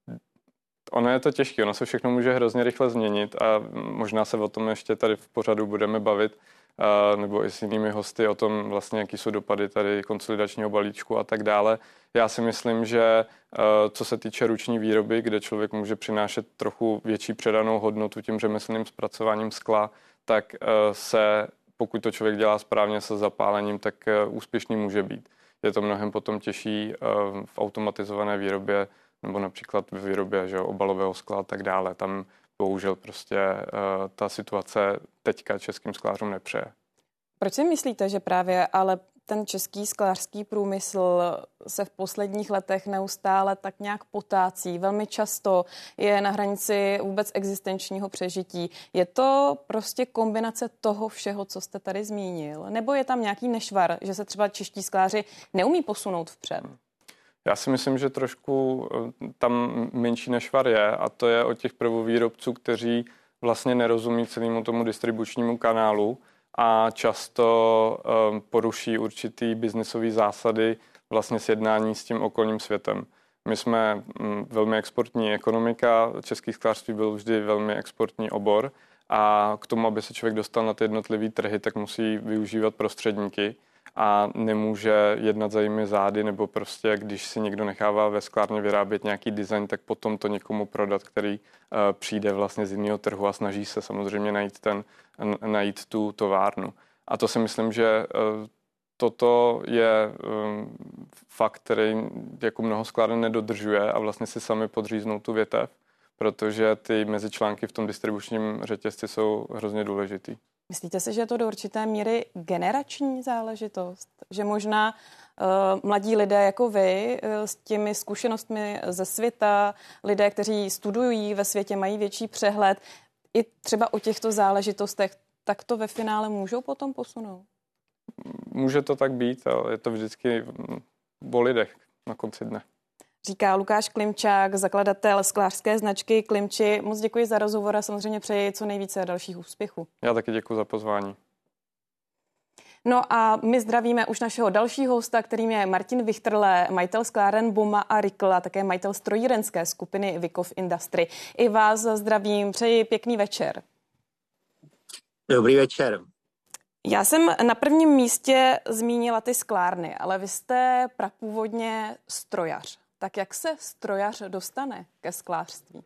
ono je to těžké, ono se všechno může hrozně rychle změnit a možná se o tom ještě tady v pořadu budeme bavit, uh, nebo i s jinými hosty o tom vlastně, jaký jsou dopady tady konsolidačního balíčku a tak dále. Já si myslím, že uh, co se týče ruční výroby, kde člověk může přinášet trochu větší předanou hodnotu tím řemeslným zpracováním skla, tak uh, se pokud to člověk dělá správně se zapálením, tak úspěšný může být. Je to mnohem potom těžší v automatizované výrobě nebo například v výrobě že, obalového skla a tak dále. Tam bohužel prostě ta situace teďka českým sklářům nepřeje. Proč si myslíte, že právě ale ten český sklářský průmysl se v posledních letech neustále tak nějak potácí, velmi často je na hranici vůbec existenčního přežití? Je to prostě kombinace toho všeho, co jste tady zmínil? Nebo je tam nějaký nešvar, že se třeba čeští skláři neumí posunout vpřed? Já si myslím, že trošku tam menší nešvar je a to je od těch prvovýrobců, kteří vlastně nerozumí celému tomu distribučnímu kanálu a často um, poruší určitý biznisový zásady vlastně sjednání s tím okolním světem. My jsme um, velmi exportní ekonomika, český sklářství byl vždy velmi exportní obor a k tomu, aby se člověk dostal na ty jednotlivé trhy, tak musí využívat prostředníky a nemůže jednat za jimi zády, nebo prostě, když si někdo nechává ve sklárně vyrábět nějaký design, tak potom to někomu prodat, který uh, přijde vlastně z jiného trhu a snaží se samozřejmě najít, ten, najít tu továrnu. A to si myslím, že uh, toto je um, fakt, který jako mnoho skláren nedodržuje a vlastně si sami podříznou tu větev, protože ty mezičlánky v tom distribučním řetězci jsou hrozně důležitý. Myslíte si, že je to do určité míry generační záležitost? Že možná uh, mladí lidé jako vy uh, s těmi zkušenostmi ze světa, lidé, kteří studují ve světě, mají větší přehled i třeba o těchto záležitostech, tak to ve finále můžou potom posunout? Může to tak být, ale je to vždycky o lidech na konci dne. Říká Lukáš Klimčák, zakladatel sklářské značky Klimči. Moc děkuji za rozhovor a samozřejmě přeji co nejvíce dalších úspěchů. Já taky děkuji za pozvání. No a my zdravíme už našeho dalšího hosta, kterým je Martin Vichtrle, majitel skláren Boma a Rikl a také majitel strojírenské skupiny Vikov Industry. I vás zdravím, přeji pěkný večer. Dobrý večer. Já jsem na prvním místě zmínila ty sklárny, ale vy jste prapůvodně strojař. Tak jak se strojař dostane ke sklářství?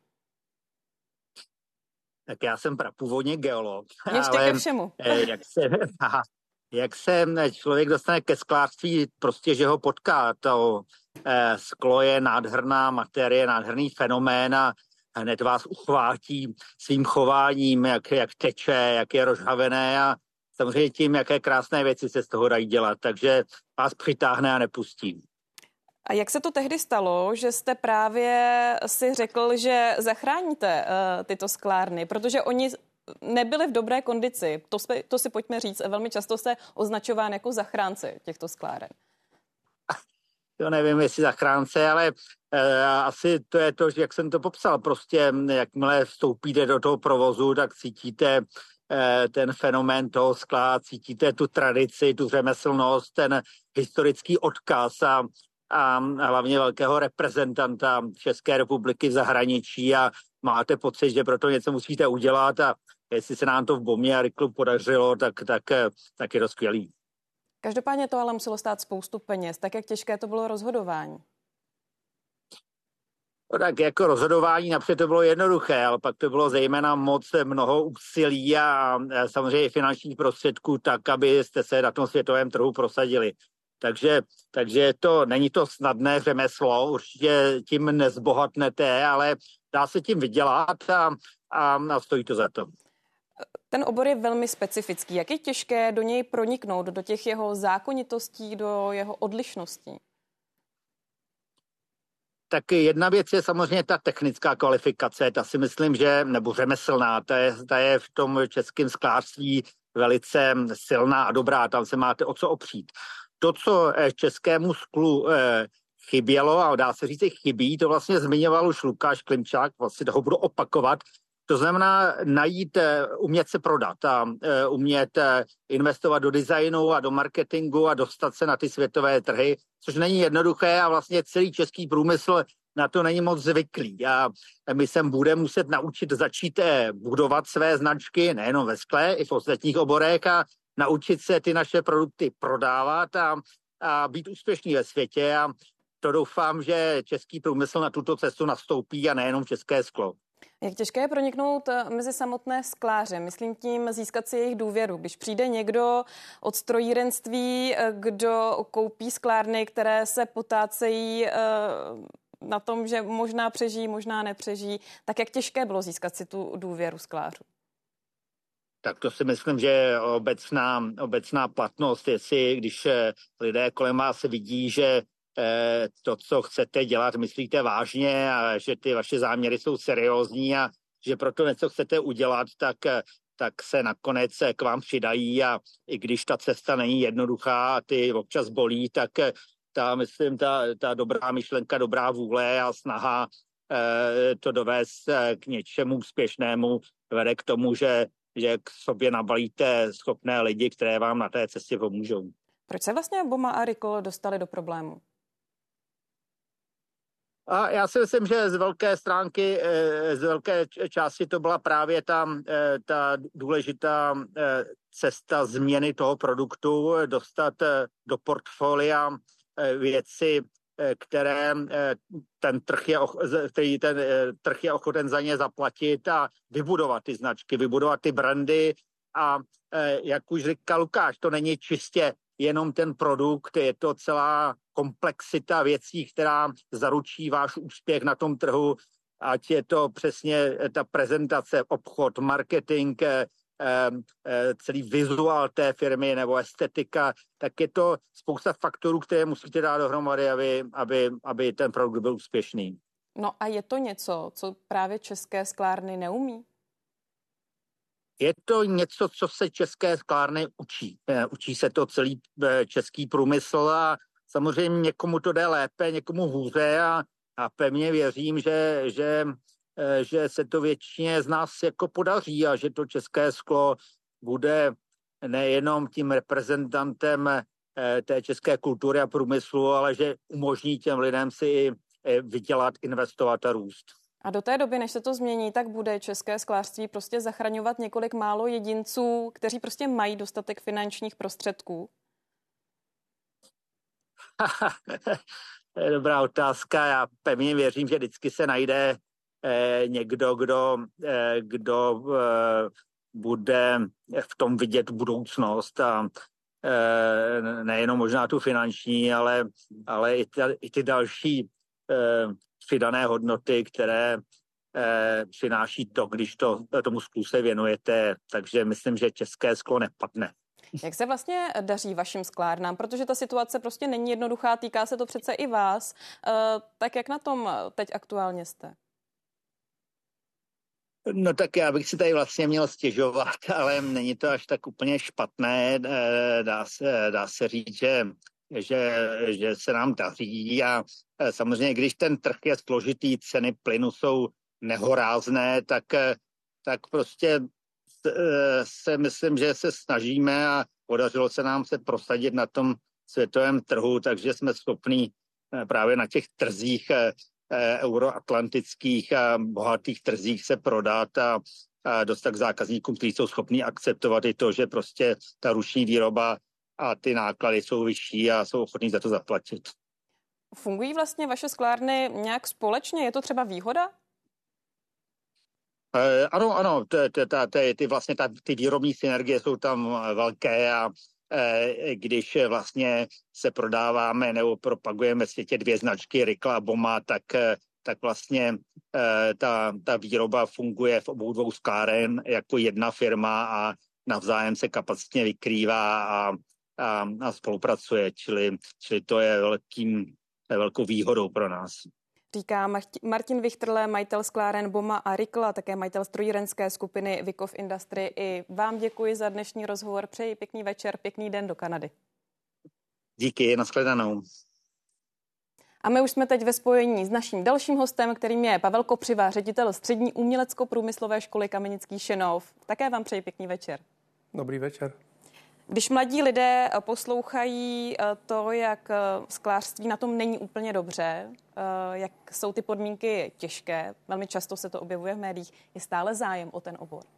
Tak já jsem prapůvodně geolog. Ještě ale ke všemu. Jak se, jak se člověk dostane ke sklářství, prostě, že ho potká. To eh, sklo je nádherná materie, nádherný fenomén a hned vás uchvátí svým chováním, jak, jak teče, jak je rozhavené a samozřejmě tím, jaké krásné věci se z toho dají dělat. Takže vás přitáhne a nepustí. A jak se to tehdy stalo, že jste právě si řekl, že zachráníte uh, tyto sklárny? Protože oni nebyly v dobré kondici. To, jsme, to si pojďme říct. Velmi často se označován jako zachránci těchto skláren. To nevím, jestli zachránce, ale e, asi to je to, jak jsem to popsal. Prostě jakmile vstoupíte do toho provozu, tak cítíte e, ten fenomén toho skla, cítíte tu tradici, tu řemeslnost, ten historický odkaz a, a hlavně velkého reprezentanta České republiky v zahraničí a máte pocit, že proto něco musíte udělat a jestli se nám to v Bomě a Riklu podařilo, tak, tak, tak je to skvělý. Každopádně to ale muselo stát spoustu peněz. Tak jak těžké to bylo rozhodování? No tak jako rozhodování napřed to bylo jednoduché, ale pak to bylo zejména moc mnoho úsilí a samozřejmě finančních prostředků tak, abyste se na tom světovém trhu prosadili. Takže, takže to není to snadné řemeslo, určitě tím nezbohatnete, ale dá se tím vydělat a, a, a stojí to za to. Ten obor je velmi specifický. Jak je těžké do něj proniknout, do těch jeho zákonitostí, do jeho odlišností? Tak jedna věc je samozřejmě ta technická kvalifikace, ta si myslím, že, nebo řemeslná, ta je, ta je v tom českém sklářství velice silná a dobrá, tam se máte o co opřít. To, co českému sklu eh, chybělo, a dá se říct i chybí, to vlastně zmiňoval už Lukáš Klimčák, vlastně toho budu opakovat. To znamená najít, umět se prodat a umět investovat do designu a do marketingu a dostat se na ty světové trhy, což není jednoduché a vlastně celý český průmysl na to není moc zvyklý. A my se budeme muset naučit začít budovat své značky, nejenom ve skle, i v ostatních oborech a naučit se ty naše produkty prodávat a, a být úspěšný ve světě. A to doufám, že český průmysl na tuto cestu nastoupí a nejenom české sklo. Jak těžké je proniknout mezi samotné skláře? Myslím tím získat si jejich důvěru. Když přijde někdo od strojírenství, kdo koupí sklárny, které se potácejí na tom, že možná přežijí, možná nepřežijí, tak jak těžké bylo získat si tu důvěru sklářů? Tak to si myslím, že je obecná, obecná platnost, jestli když lidé kolem vás vidí, že to, co chcete dělat, myslíte vážně a že ty vaše záměry jsou seriózní a že proto něco chcete udělat, tak, tak se nakonec k vám přidají a i když ta cesta není jednoduchá a ty občas bolí, tak ta, myslím, ta, ta dobrá myšlenka, dobrá vůle a snaha to dovést k něčemu úspěšnému vede k tomu, že, že k sobě nabalíte schopné lidi, které vám na té cestě pomůžou. Proč se vlastně Boma a Rikl dostali do problému? A já si myslím, že z velké stránky, z velké části to byla právě ta, ta důležitá cesta změny toho produktu, dostat do portfolia věci, které ten trh je, který ten trh je ochoten za ně zaplatit a vybudovat ty značky, vybudovat ty brandy a jak už říkal Lukáš, to není čistě jenom ten produkt, je to celá komplexita věcí, která zaručí váš úspěch na tom trhu, ať je to přesně ta prezentace, obchod, marketing, eh, eh, celý vizuál té firmy nebo estetika, tak je to spousta faktorů, které musíte dát dohromady, aby, aby, aby ten produkt byl úspěšný. No a je to něco, co právě české sklárny neumí? Je to něco, co se české sklárny učí. Učí se to celý český průmysl a samozřejmě někomu to jde lépe, někomu hůře a, a pevně věřím, že, že, že se to většině z nás jako podaří a že to české sklo bude nejenom tím reprezentantem té české kultury a průmyslu, ale že umožní těm lidem si vydělat, investovat a růst. A do té doby, než se to změní, tak bude české sklářství prostě zachraňovat několik málo jedinců, kteří prostě mají dostatek finančních prostředků? To je dobrá otázka. Já pevně věřím, že vždycky se najde eh, někdo, kdo, eh, kdo eh, bude v tom vidět budoucnost a eh, nejenom možná tu finanční, ale, ale i, ty, i ty další eh, přidané hodnoty, které eh, přináší to, když to, tomu sklu se věnujete. Takže myslím, že české sklo nepadne. Jak se vlastně daří vašim sklárnám? Protože ta situace prostě není jednoduchá, týká se to přece i vás. E, tak jak na tom teď aktuálně jste? No tak já bych si tady vlastně měl stěžovat, ale není to až tak úplně špatné. Dá se, dá se říct, že, že, že se nám daří a samozřejmě, když ten trh je složitý, ceny plynu jsou nehorázné, tak, tak prostě se myslím, že se snažíme a podařilo se nám se prosadit na tom světovém trhu, takže jsme schopní právě na těch trzích euroatlantických a bohatých trzích se prodat a, a dostat k zákazníkům, kteří jsou schopní akceptovat i to, že prostě ta ruční výroba a ty náklady jsou vyšší a jsou ochotní za to zaplatit. Fungují vlastně vaše sklárny nějak společně? Je to třeba výhoda? E, ano, ano, t, t, t, t, ty vlastně ta, ty výrobní synergie jsou tam velké a e, když vlastně se prodáváme nebo propagujeme v světě dvě značky Rikla a Boma, tak, tak vlastně e, ta, ta výroba funguje v obou dvou skláren jako jedna firma a navzájem se kapacitně vykrývá a, a, a spolupracuje, čili, čili to je velkým, velkou výhodou pro nás. Říká Martin Vichtrle, majitel skláren Boma a Rikla, také majitel strojírenské skupiny Vikov Industry. I vám děkuji za dnešní rozhovor. Přeji pěkný večer, pěkný den do Kanady. Díky, nashledanou. A my už jsme teď ve spojení s naším dalším hostem, kterým je Pavel Kopřiva, ředitel Střední umělecko-průmyslové školy Kamenický Šenov. Také vám přeji pěkný večer. Dobrý večer. Když mladí lidé poslouchají to, jak sklářství na tom není úplně dobře, jak jsou ty podmínky těžké, velmi často se to objevuje v médiích, je stále zájem o ten obor?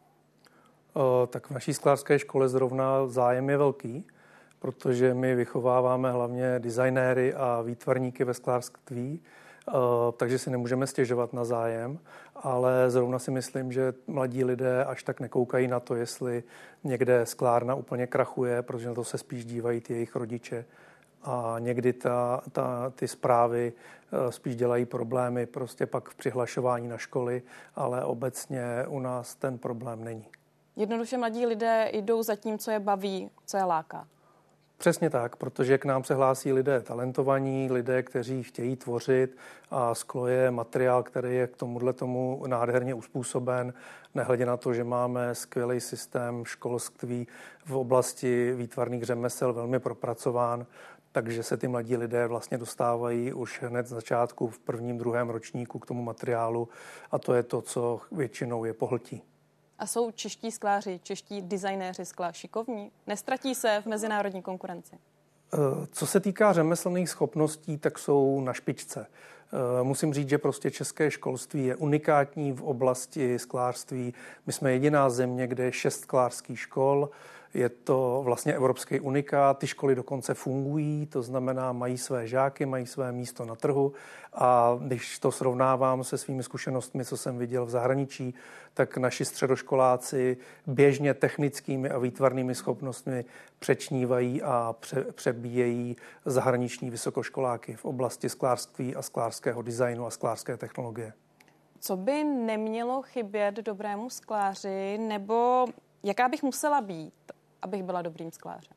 Tak v naší sklářské škole zrovna zájem je velký, protože my vychováváme hlavně designéry a výtvarníky ve sklářství, takže si nemůžeme stěžovat na zájem, ale zrovna si myslím, že mladí lidé až tak nekoukají na to, jestli někde sklárna úplně krachuje, protože na to se spíš dívají ty jejich rodiče. A někdy ta, ta, ty zprávy spíš dělají problémy prostě pak v přihlašování na školy, ale obecně u nás ten problém není. Jednoduše mladí lidé jdou za tím, co je baví, co je láká. Přesně tak, protože k nám se hlásí lidé talentovaní, lidé, kteří chtějí tvořit a sklo je materiál, který je k tomuhle tomu nádherně uspůsoben, nehledě na to, že máme skvělý systém školství v oblasti výtvarných řemesel velmi propracován, takže se ty mladí lidé vlastně dostávají už hned z začátku v prvním, druhém ročníku k tomu materiálu a to je to, co většinou je pohltí. A jsou čeští skláři, čeští designéři skla šikovní? Nestratí se v mezinárodní konkurenci? Co se týká řemeslných schopností, tak jsou na špičce. Musím říct, že prostě české školství je unikátní v oblasti sklářství. My jsme jediná země, kde je šest sklářských škol. Je to vlastně evropský unikát, ty školy dokonce fungují, to znamená mají své žáky, mají své místo na trhu a když to srovnávám se svými zkušenostmi, co jsem viděl v zahraničí, tak naši středoškoláci běžně technickými a výtvarnými schopnostmi přečnívají a pře- přebíjejí zahraniční vysokoškoláky v oblasti sklářství a sklářského designu a sklářské technologie. Co by nemělo chybět dobrému skláři, nebo jaká bych musela být, abych byla dobrým sklářem?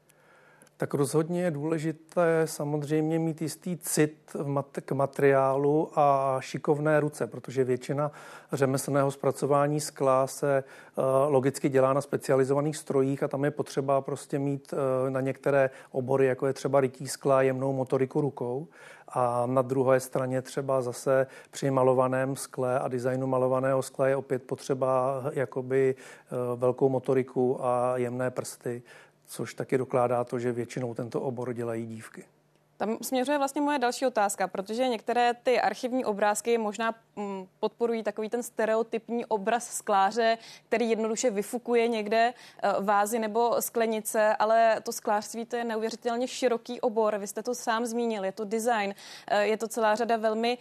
Tak rozhodně je důležité samozřejmě mít jistý cit k materiálu a šikovné ruce, protože většina řemeslného zpracování skla se logicky dělá na specializovaných strojích a tam je potřeba prostě mít na některé obory, jako je třeba rytí skla, jemnou motoriku rukou. A na druhé straně třeba zase při malovaném skle a designu malovaného skla je opět potřeba jakoby velkou motoriku a jemné prsty, což taky dokládá to, že většinou tento obor dělají dívky. Tam směřuje vlastně moje další otázka, protože některé ty archivní obrázky možná podporují takový ten stereotypní obraz skláře, který jednoduše vyfukuje někde vázy nebo sklenice, ale to sklářství to je neuvěřitelně široký obor. Vy jste to sám zmínil, je to design, je to celá řada velmi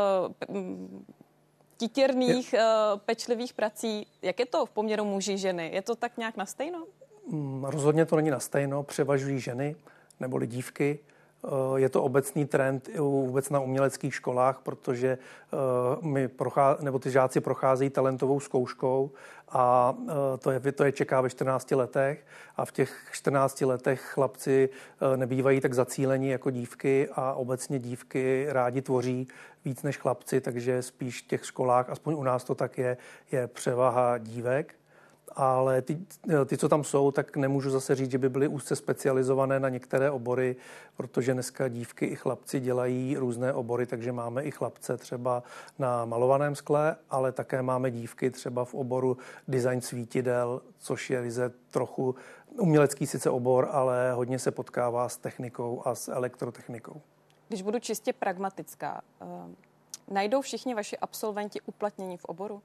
titěrných, pečlivých prací. Jak je to v poměru muži ženy? Je to tak nějak na stejno? Rozhodně to není na stejno, převažují ženy neboli dívky. Je to obecný trend vůbec na uměleckých školách, protože my prochá, nebo ty žáci procházejí talentovou zkouškou a to je, to je čeká ve čtrnácti letech a v těch čtrnácti letech chlapci nebývají tak zacíleni jako dívky a obecně dívky rádi tvoří víc než chlapci, takže spíš v těch školách, aspoň u nás to tak je, je převaha dívek. Ale ty, ty, co tam jsou, tak nemůžu zase říct, že by byly úzce specializované na některé obory, protože dneska dívky i chlapci dělají různé obory, takže máme i chlapce třeba na malovaném skle, ale také máme dívky třeba v oboru design svítidel, což je ryze trochu umělecký sice obor, ale hodně se potkává s technikou a s elektrotechnikou. Když budu čistě pragmatická, najdou všichni vaši absolventi uplatnění v oboru?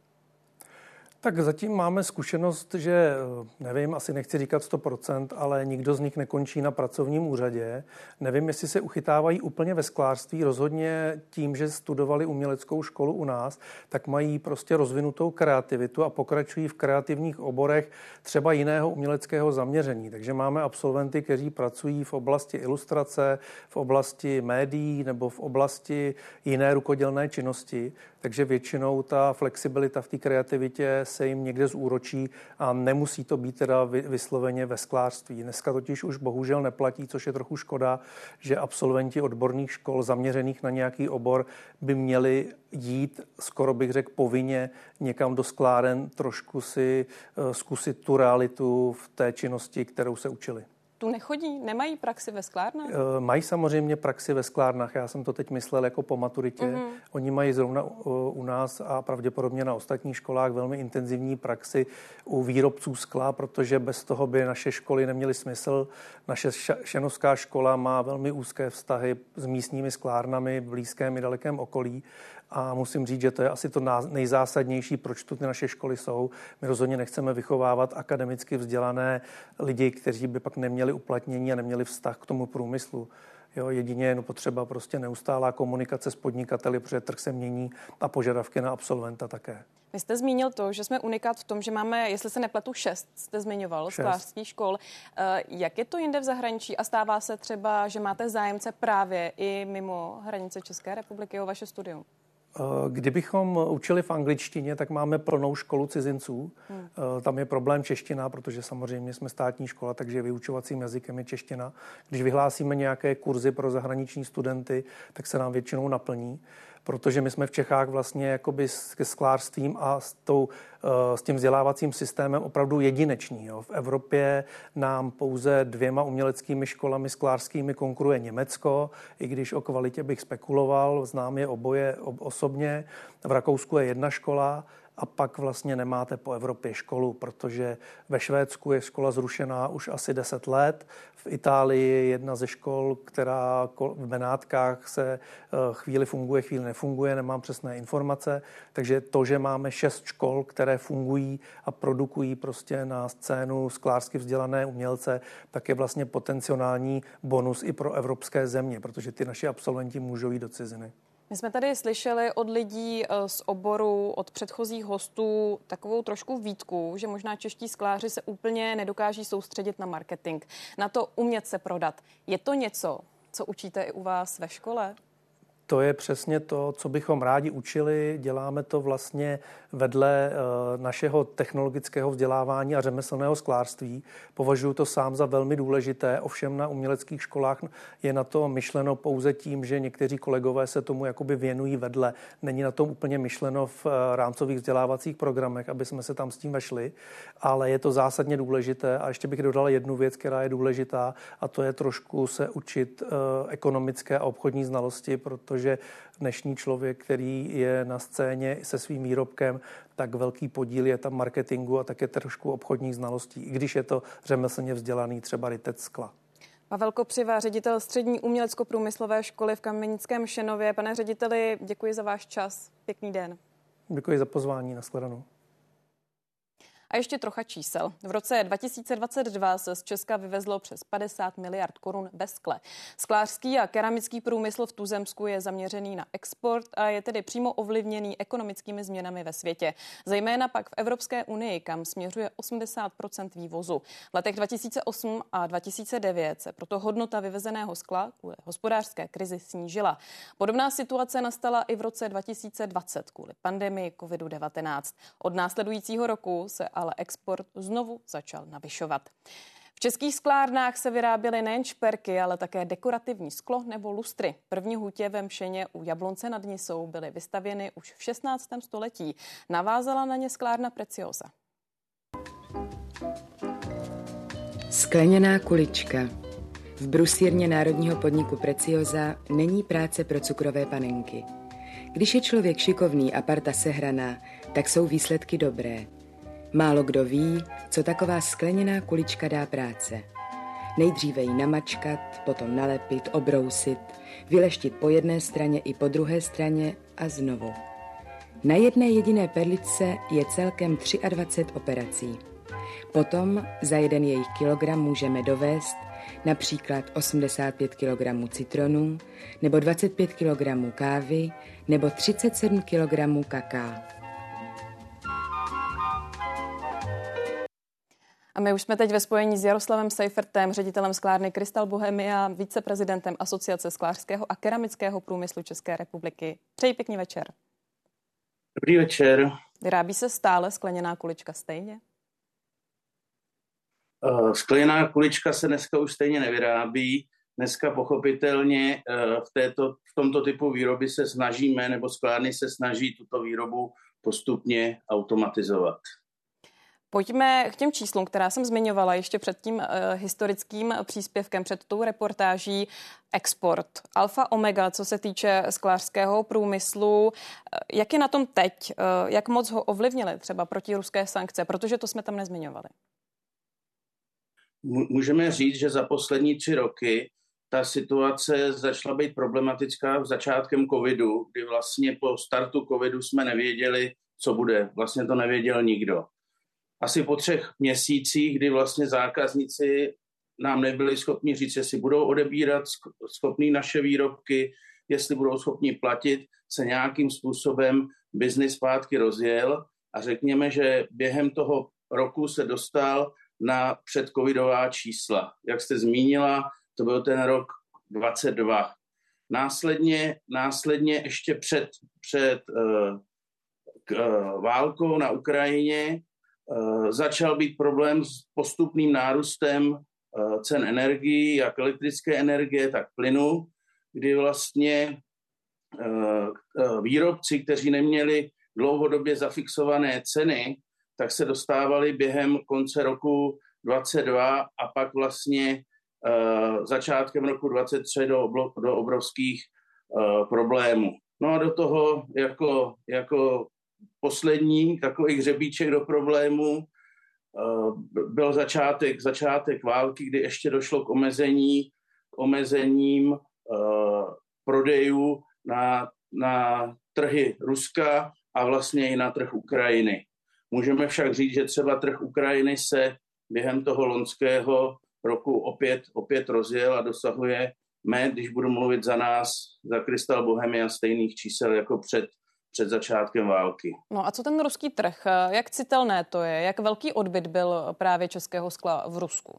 Tak zatím máme zkušenost, že nevím, asi nechci říkat sto procent, ale nikdo z nich nekončí na pracovním úřadě. Nevím, jestli se uchytávají úplně ve sklářství. Rozhodně tím, že studovali uměleckou školu u nás, tak mají prostě rozvinutou kreativitu a pokračují v kreativních oborech třeba jiného uměleckého zaměření. Takže máme absolventy, kteří pracují v oblasti ilustrace, v oblasti médií nebo v oblasti jiné rukodělné činnosti. Takže většinou ta flexibilita v té kreativitě se jim někde zúročí a nemusí to být teda vysloveně ve sklářství. Dneska totiž už bohužel neplatí, což je trochu škoda, že absolventi odborných škol zaměřených na nějaký obor by měli jít, skoro bych řekl povinně, někam do skláren, trošku si zkusit tu realitu v té činnosti, kterou se učili. Tu nechodí? Nemají praxi ve sklárnách? Mají samozřejmě praxi ve sklárnách. Já jsem to teď myslel jako po maturitě. Mm-hmm. Oni mají zrovna u nás a pravděpodobně na ostatních školách velmi intenzivní praxi u výrobců skla, protože bez toho by naše školy neměly smysl. Naše šenovská škola má velmi úzké vztahy s místními sklárnami v blízkém i dalekém okolí. A musím říct, že to je asi to nejzásadnější, proč tu ty naše školy jsou. My rozhodně nechceme vychovávat akademicky vzdělané lidi, kteří by pak neměli uplatnění a neměli vztah k tomu průmyslu. Jo, jedině je potřeba prostě neustálá komunikace s podnikateli, protože trh se mění a požadavky na absolventa také. Vy jste zmínil to, že jsme unikát v tom, že máme, jestli se nepletu, šest, jste zmiňoval, sklářských škol. Jak je to jinde v zahraničí a stává se třeba, že máte zájemce právě i mimo hranice České republiky o vaše studium? Kdybychom učili v angličtině, tak máme plnou školu cizinců. Hmm. Tam je problém čeština, protože samozřejmě jsme státní škola, takže vyučovacím jazykem je čeština. Když vyhlásíme nějaké kurzy pro zahraniční studenty, tak se nám většinou naplní, protože my jsme v Čechách vlastně jakoby s sklářstvím a s, tou, s tím vzdělávacím systémem opravdu jedineční. Jo. V Evropě nám pouze dvěma uměleckými školami sklářskými konkuruje Německo, i když o kvalitě bych spekuloval, znám je oboje osobně. V Rakousku je jedna škola, a pak vlastně nemáte po Evropě školu, protože ve Švédsku je škola zrušená už asi deset let. V Itálii je jedna ze škol, která v Benátkách se chvíli funguje, chvíli nefunguje, nemám přesné informace. Takže to, že máme šest škol, které fungují a produkují prostě na scénu sklářsky vzdělané umělce, tak je vlastně potenciální bonus i pro evropské země, protože ty naši absolventi můžou jít do ciziny. My jsme tady slyšeli od lidí z oboru, od předchozích hostů takovou trošku výtku, že možná čeští skláři se úplně nedokáží soustředit na marketing, na to umět se prodat. Je to něco, co učíte i u vás ve škole? To je přesně to, co bychom rádi učili. Děláme to vlastně vedle našeho technologického vzdělávání a řemeslného sklářství. Považuji to sám za velmi důležité, ovšem na uměleckých školách je na to myšleno pouze tím, že někteří kolegové se tomu jakoby věnují vedle. Není na tom úplně myšleno v rámcových vzdělávacích programech, aby jsme se tam s tím vešli, ale je to zásadně důležité. A ještě bych dodala jednu věc, která je důležitá, a to je trošku se učit ekonomické a obchodní znalosti, protože protože dnešní člověk, který je na scéně se svým výrobkem, tak velký podíl je tam marketingu a také trošku obchodních znalostí, i když je to řemeslně vzdělaný třeba rytec skla. Pavel Kopřiva, ředitel Střední umělecko-průmyslové školy v Kamenickém Šenově. Pane řediteli, děkuji za váš čas. Pěkný den. Děkuji za pozvání. Nashledanou. A ještě trocha čísel. V roce dva tisíce dvacet dva se z Česka vyvezlo přes padesát miliard korun bez skle. Sklářský a keramický průmysl v tuzemsku je zaměřený na export a je tedy přímo ovlivněný ekonomickými změnami ve světě. Zejména pak v Evropské unii, kam směřuje osmdesát procent vývozu. V letech dva tisíce osm a dva tisíce devět se proto hodnota vyvezeného skla kvůli hospodářské krizi snížila. Podobná situace nastala i v roce dva tisíce dvacet kvůli pandemii kovid devatenáct. Od následujícího roku se ale export znovu začal navyšovat. V českých sklárnách se vyráběly nejen šperky, ale také dekorativní sklo nebo lustry. První hutě ve Mšeně u Jablonce nad Nisou byly vystavěny už v šestnáctém století. Navázala na ně sklárna Preciosa. Skleněná kulička. V brusírně národního podniku Preciosa není práce pro cukrové panenky. Když je člověk šikovný a parta sehraná, tak jsou výsledky dobré. Málo kdo ví, co taková skleněná kulička dá práce. Nejdříve ji namačkat, potom nalepit, obrousit, vyleštit po jedné straně i po druhé straně a znovu. Na jedné jediné perličce je celkem dvacet tři operací. Potom za jeden jejich kilogram můžeme dovést například osmdesát pět kilogramů citronů, nebo dvacet pět kilogramů kávy, nebo třicet sedm kilogramů kaká. A my už jsme teď ve spojení s Jaroslavem Seifertem, ředitelem sklárny Krystal Bohemia, viceprezidentem Asociace sklářského a keramického průmyslu České republiky. Přeji pěkný večer. Dobrý večer. Vyrábí se stále skleněná kulička stejně? Skleněná kulička se dneska už stejně nevyrábí. Dneska pochopitelně v, této, v tomto typu výroby se snažíme, nebo sklárny se snaží tuto výrobu postupně automatizovat. Pojďme k těm číslům, která jsem zmiňovala ještě před tím uh, historickým příspěvkem, před tou reportáží. Export, alfa omega, co se týče sklářského průmyslu. Jak je na tom teď? Uh, jak moc ho ovlivnily třeba protiruské sankce? Protože to jsme tam nezmiňovali. Můžeme říct, že za poslední tři roky ta situace začala být problematická v začátkem covidu, kdy vlastně po startu covidu jsme nevěděli, co bude. Vlastně to nevěděl nikdo. Asi po třech měsících, kdy vlastně zákazníci nám nebyli schopni říct, jestli budou odebírat schopní naše výrobky, jestli budou schopni platit, se nějakým způsobem biznis zpátky rozjel a řekněme, že během toho roku se dostal na předcovidová čísla. Jak jste zmínila, to byl ten rok dvacet dva. Následně, následně ještě před, před uh, k, uh, válkou na Ukrajině uh, začal být problém s postupným nárůstem uh, cen energií, jak elektrické energie, tak plynu, kdy vlastně uh, uh, výrobci, kteří neměli dlouhodobě zafixované ceny, tak se dostávali během konce roku dvacet dva a pak vlastně uh, začátkem roku dvacet tři do, oblo, do obrovských uh, problémů. No a do toho jako, jako poslední takový hřebíček do problémů uh, byl začátek, začátek války, kdy ještě došlo k omezení, k omezením uh, prodejů na, na trhy Ruska a vlastně i na trh Ukrajiny. Můžeme však říct, že třeba trh Ukrajiny se během toho loňského roku opět, opět rozjel a dosahuje mé, když budu mluvit za nás, za Krystal Bohemia, stejných čísel jako před, před začátkem války. No a co ten ruský trh? Jak citelné to je? Jak velký odbyt byl právě českého skla v Rusku?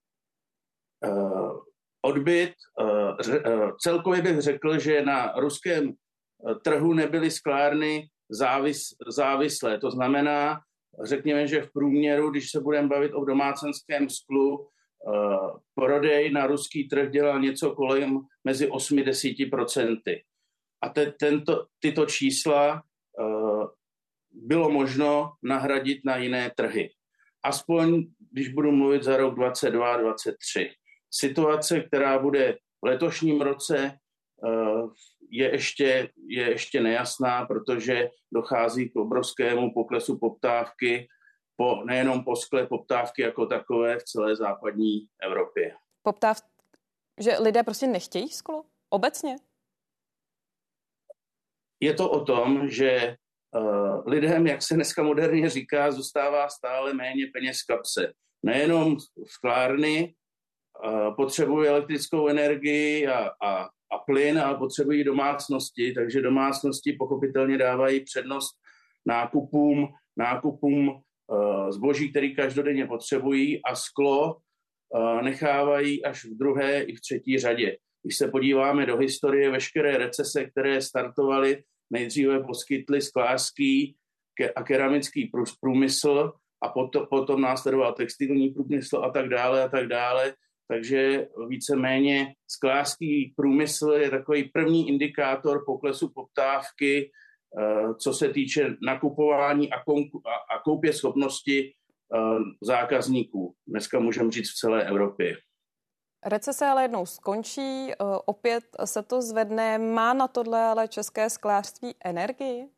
Uh, odbyt, uh, uh, celkově bych řekl, že na ruském trhu nebyly sklárny závis, závislé. To znamená, řekněme, že v průměru, když se budeme bavit o domácenském sklu, uh, prodej na ruský trh dělal něco kolem mezi osm až deset procenty. A te, tento, tyto čísla uh, bylo možno nahradit na jiné trhy. Aspoň, když budu mluvit za rok dvacet dva dvacet tři. Situace, která bude v letošním roce, uh, je ještě, je ještě nejasná, protože dochází k obrovskému poklesu poptávky, po, nejenom po skle, poptávky jako takové v celé západní Evropě. Poptáv, že lidé prostě nechtějí sklo? Obecně? Je to o tom, že lidem, jak se dneska moderně říká, zůstává stále méně peněz v kapse. Nejenom sklárny potřebují elektrickou energii a, a, a plyn, ale potřebují domácnosti, takže domácnosti pochopitelně dávají přednost nákupům, nákupům zboží, který každodenně potřebují, a sklo nechávají až v druhé i v třetí řadě. Když se podíváme do historie, veškeré recese, které startovaly, nejdříve poskytly sklářský a keramický průmysl a potom, potom následoval textilní průmysl a tak dále a tak dále. Takže víceméně sklářský průmysl je takový první indikátor poklesu poptávky, co se týče nakupování a, konku- a koupě schopnosti zákazníků. Dneska můžeme říct v celé Evropě. Recese ale jednou skončí, opět se to zvedne. Má na tohle ale české sklářství energii?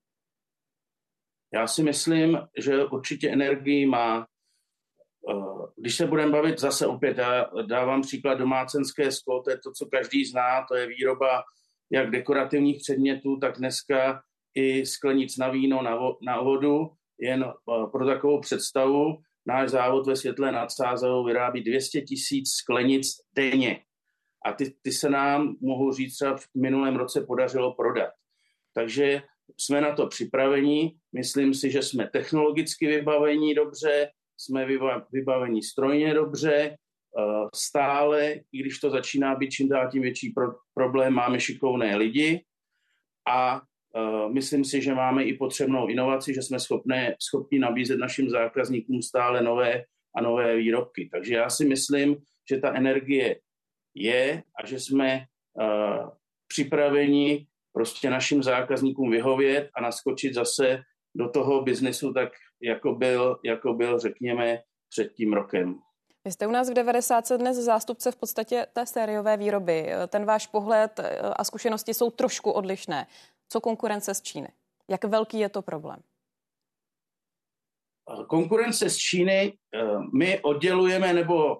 Já si myslím, že určitě energii má. Když se budeme bavit zase opět, já dávám příklad domácenské sklo, to je to, co každý zná, to je výroba jak dekorativních předmětů, tak dneska i sklenic na víno, na, vo, na vodu. Jen pro takovou představu, náš závod ve Světlé nad Sázavou vyrábí dvě stě tisíc sklenic denně. A ty, ty se nám, mohu říct, třeba v minulém roce podařilo prodat. Takže jsme na to připraveni. Myslím si, že jsme technologicky vybavení dobře, jsme vybavení strojně dobře, stále, i když to začíná být čím dál tím větší pro, problém, máme šikovné lidi a myslím si, že máme i potřebnou inovaci, že jsme schopné, schopni nabízet našim zákazníkům stále nové a nové výrobky. Takže já si myslím, že ta energie je a že jsme uh, připraveni prostě našim zákazníkům vyhovět a naskočit zase do toho biznesu tak, jako byl, jako byl, řekněme, před tím rokem. Vy jste u nás v devadesátce dnes zástupce v podstatě té sériové výroby. Ten váš pohled a zkušenosti jsou trošku odlišné. Co konkurence z Číny? Jak velký je to problém? Konkurence z Číny, my oddělujeme nebo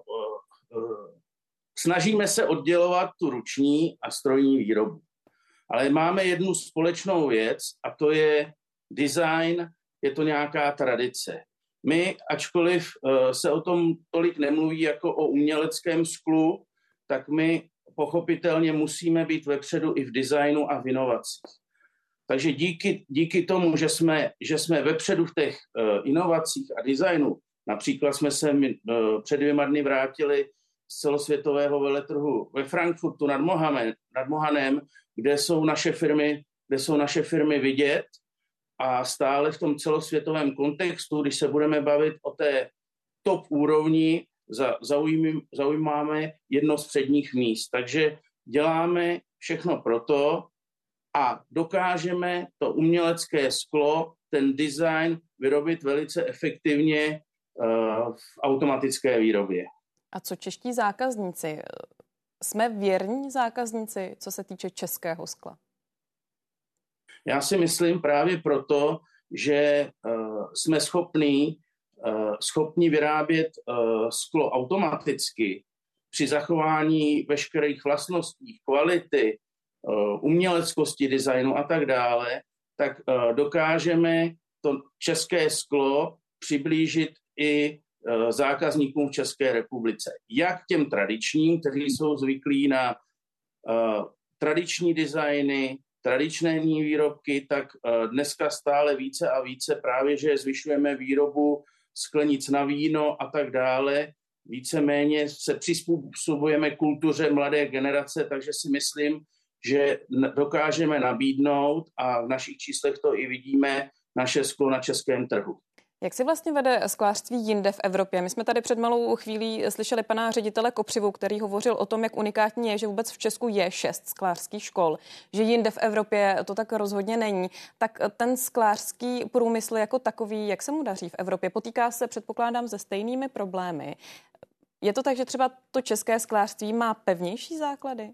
snažíme se oddělovat tu ruční a strojní výrobu. Ale máme jednu společnou věc a to je design, je to nějaká tradice. My, ačkoliv se o tom tolik nemluví jako o uměleckém sklu, tak my pochopitelně musíme být vepředu i v designu a v inovacích. Takže díky, díky tomu, že jsme, že jsme vepředu v těch uh, inovacích a designu, například jsme se uh, před dvěma dny vrátili z celosvětového veletrhu ve Frankfurtu nad, Mohamed, nad Mohanem, kde jsou naše firmy, kde jsou naše firmy vidět a stále v tom celosvětovém kontextu, když se budeme bavit o té top úrovni, za, zaujím, zaujímáme jedno z předních míst. Takže děláme všechno proto, a dokážeme to umělecké sklo, ten design vyrobit velice efektivně uh, v automatické výrobě. A co čeští zákazníci? Jsme věrní zákazníci, co se týče českého skla? Já si myslím právě proto, že uh, jsme schopní, uh, schopni vyrábět uh, sklo automaticky při zachování veškerých vlastností, kvality, uměleckosti, designu a tak dále, tak dokážeme to české sklo přiblížit i zákazníkům v České republice. Jak těm tradičním, kteří jsou zvyklí na tradiční designy, tradiční výrobky, tak dneska stále více a více právě, že zvyšujeme výrobu sklenic na víno a tak dále. Víceméně se přizpůsobujeme kultuře mladé generace, takže si myslím, že dokážeme nabídnout, a v našich číslech to i vidíme, naše sklo na českém trhu. Jak si vlastně vede sklářství jinde v Evropě? My jsme tady před malou chvílí slyšeli pana ředitele Kopřivu, který hovořil o tom, jak unikátní je, že vůbec v Česku je šest sklářských škol, že jinde v Evropě to tak rozhodně není. Tak ten sklářský průmysl jako takový, jak se mu daří v Evropě? Potýká se, předpokládám, se stejnými problémy. Je to tak, že třeba to české sklářství má pevnější základy?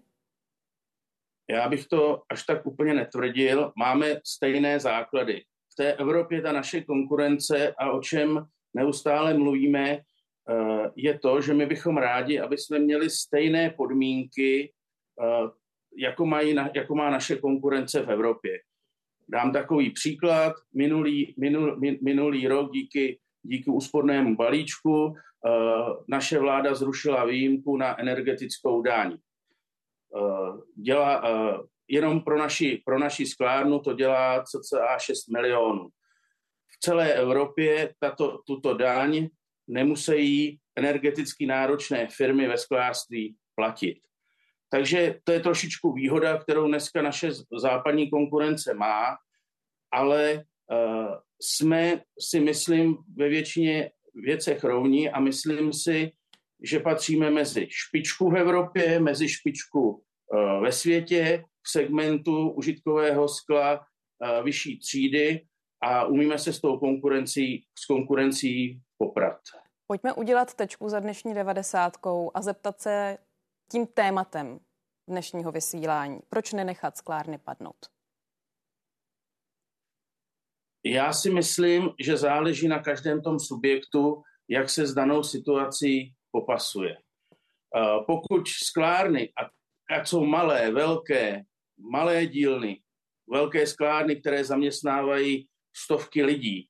Já bych to až tak úplně netvrdil. Máme stejné základy. V té Evropě ta naše konkurence, a o čem neustále mluvíme, je to, že my bychom rádi, aby jsme měli stejné podmínky, jako, mají, jako má naše konkurence v Evropě. Dám takový příklad. Minulý, minul, minulý rok díky, díky úspornému balíčku uh, naše vláda zrušila výjimku na energetickou daň. Uh, dělá, uh, jenom pro naši, pro naši sklárnu to dělá cca šest milionů. V celé Evropě tato, tuto daň nemusí energeticky náročné firmy ve sklářství platit. Takže to je trošičku výhoda, kterou dneska naše západní konkurence má, ale uh, jsme si myslím ve většině věcech rovní a myslím si, že patříme mezi špičku v Evropě, mezi špičku uh, ve světě, v segmentu užitkového skla uh, vyšší třídy a umíme se s tou konkurencí, s konkurencí poprat. Pojďme udělat tečku za dnešní devadesátkou a zeptat se tím tématem dnešního vysílání. Proč nenechat sklárny padnout? Já si myslím, že záleží na každém tom subjektu, jak se s danou situací popasuje. Pokud sklárny, ať jsou malé, velké, malé dílny, velké sklárny, které zaměstnávají stovky lidí,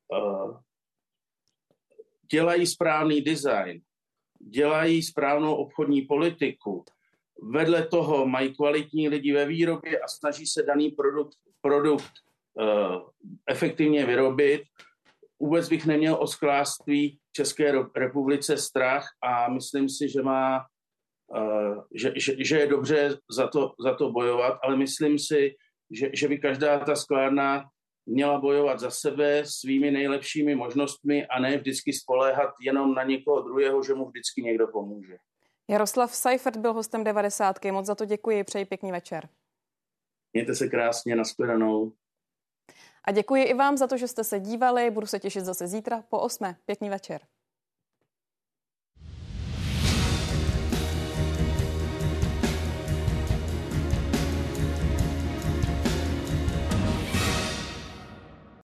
dělají správný design, dělají správnou obchodní politiku, vedle toho mají kvalitní lidi ve výrobě a snaží se daný produkt, produkt uh, efektivně vyrobit. Vůbec bych neměl o sklářství v České republice strach a myslím si, že, má, uh, že, že, že je dobře za to, za to bojovat, ale myslím si, že, že by každá ta sklárna měla bojovat za sebe svými nejlepšími možnostmi a ne vždycky spoléhat jenom na někoho druhého, že mu vždycky někdo pomůže. Jaroslav Seifert byl hostem devadesátky. Moc za to děkuji, přeji pěkný večer. Mějte se krásně, nashledanou. A děkuji i vám za to, že jste se dívali. Budu se těšit zase zítra po osmé. Pěkný večer.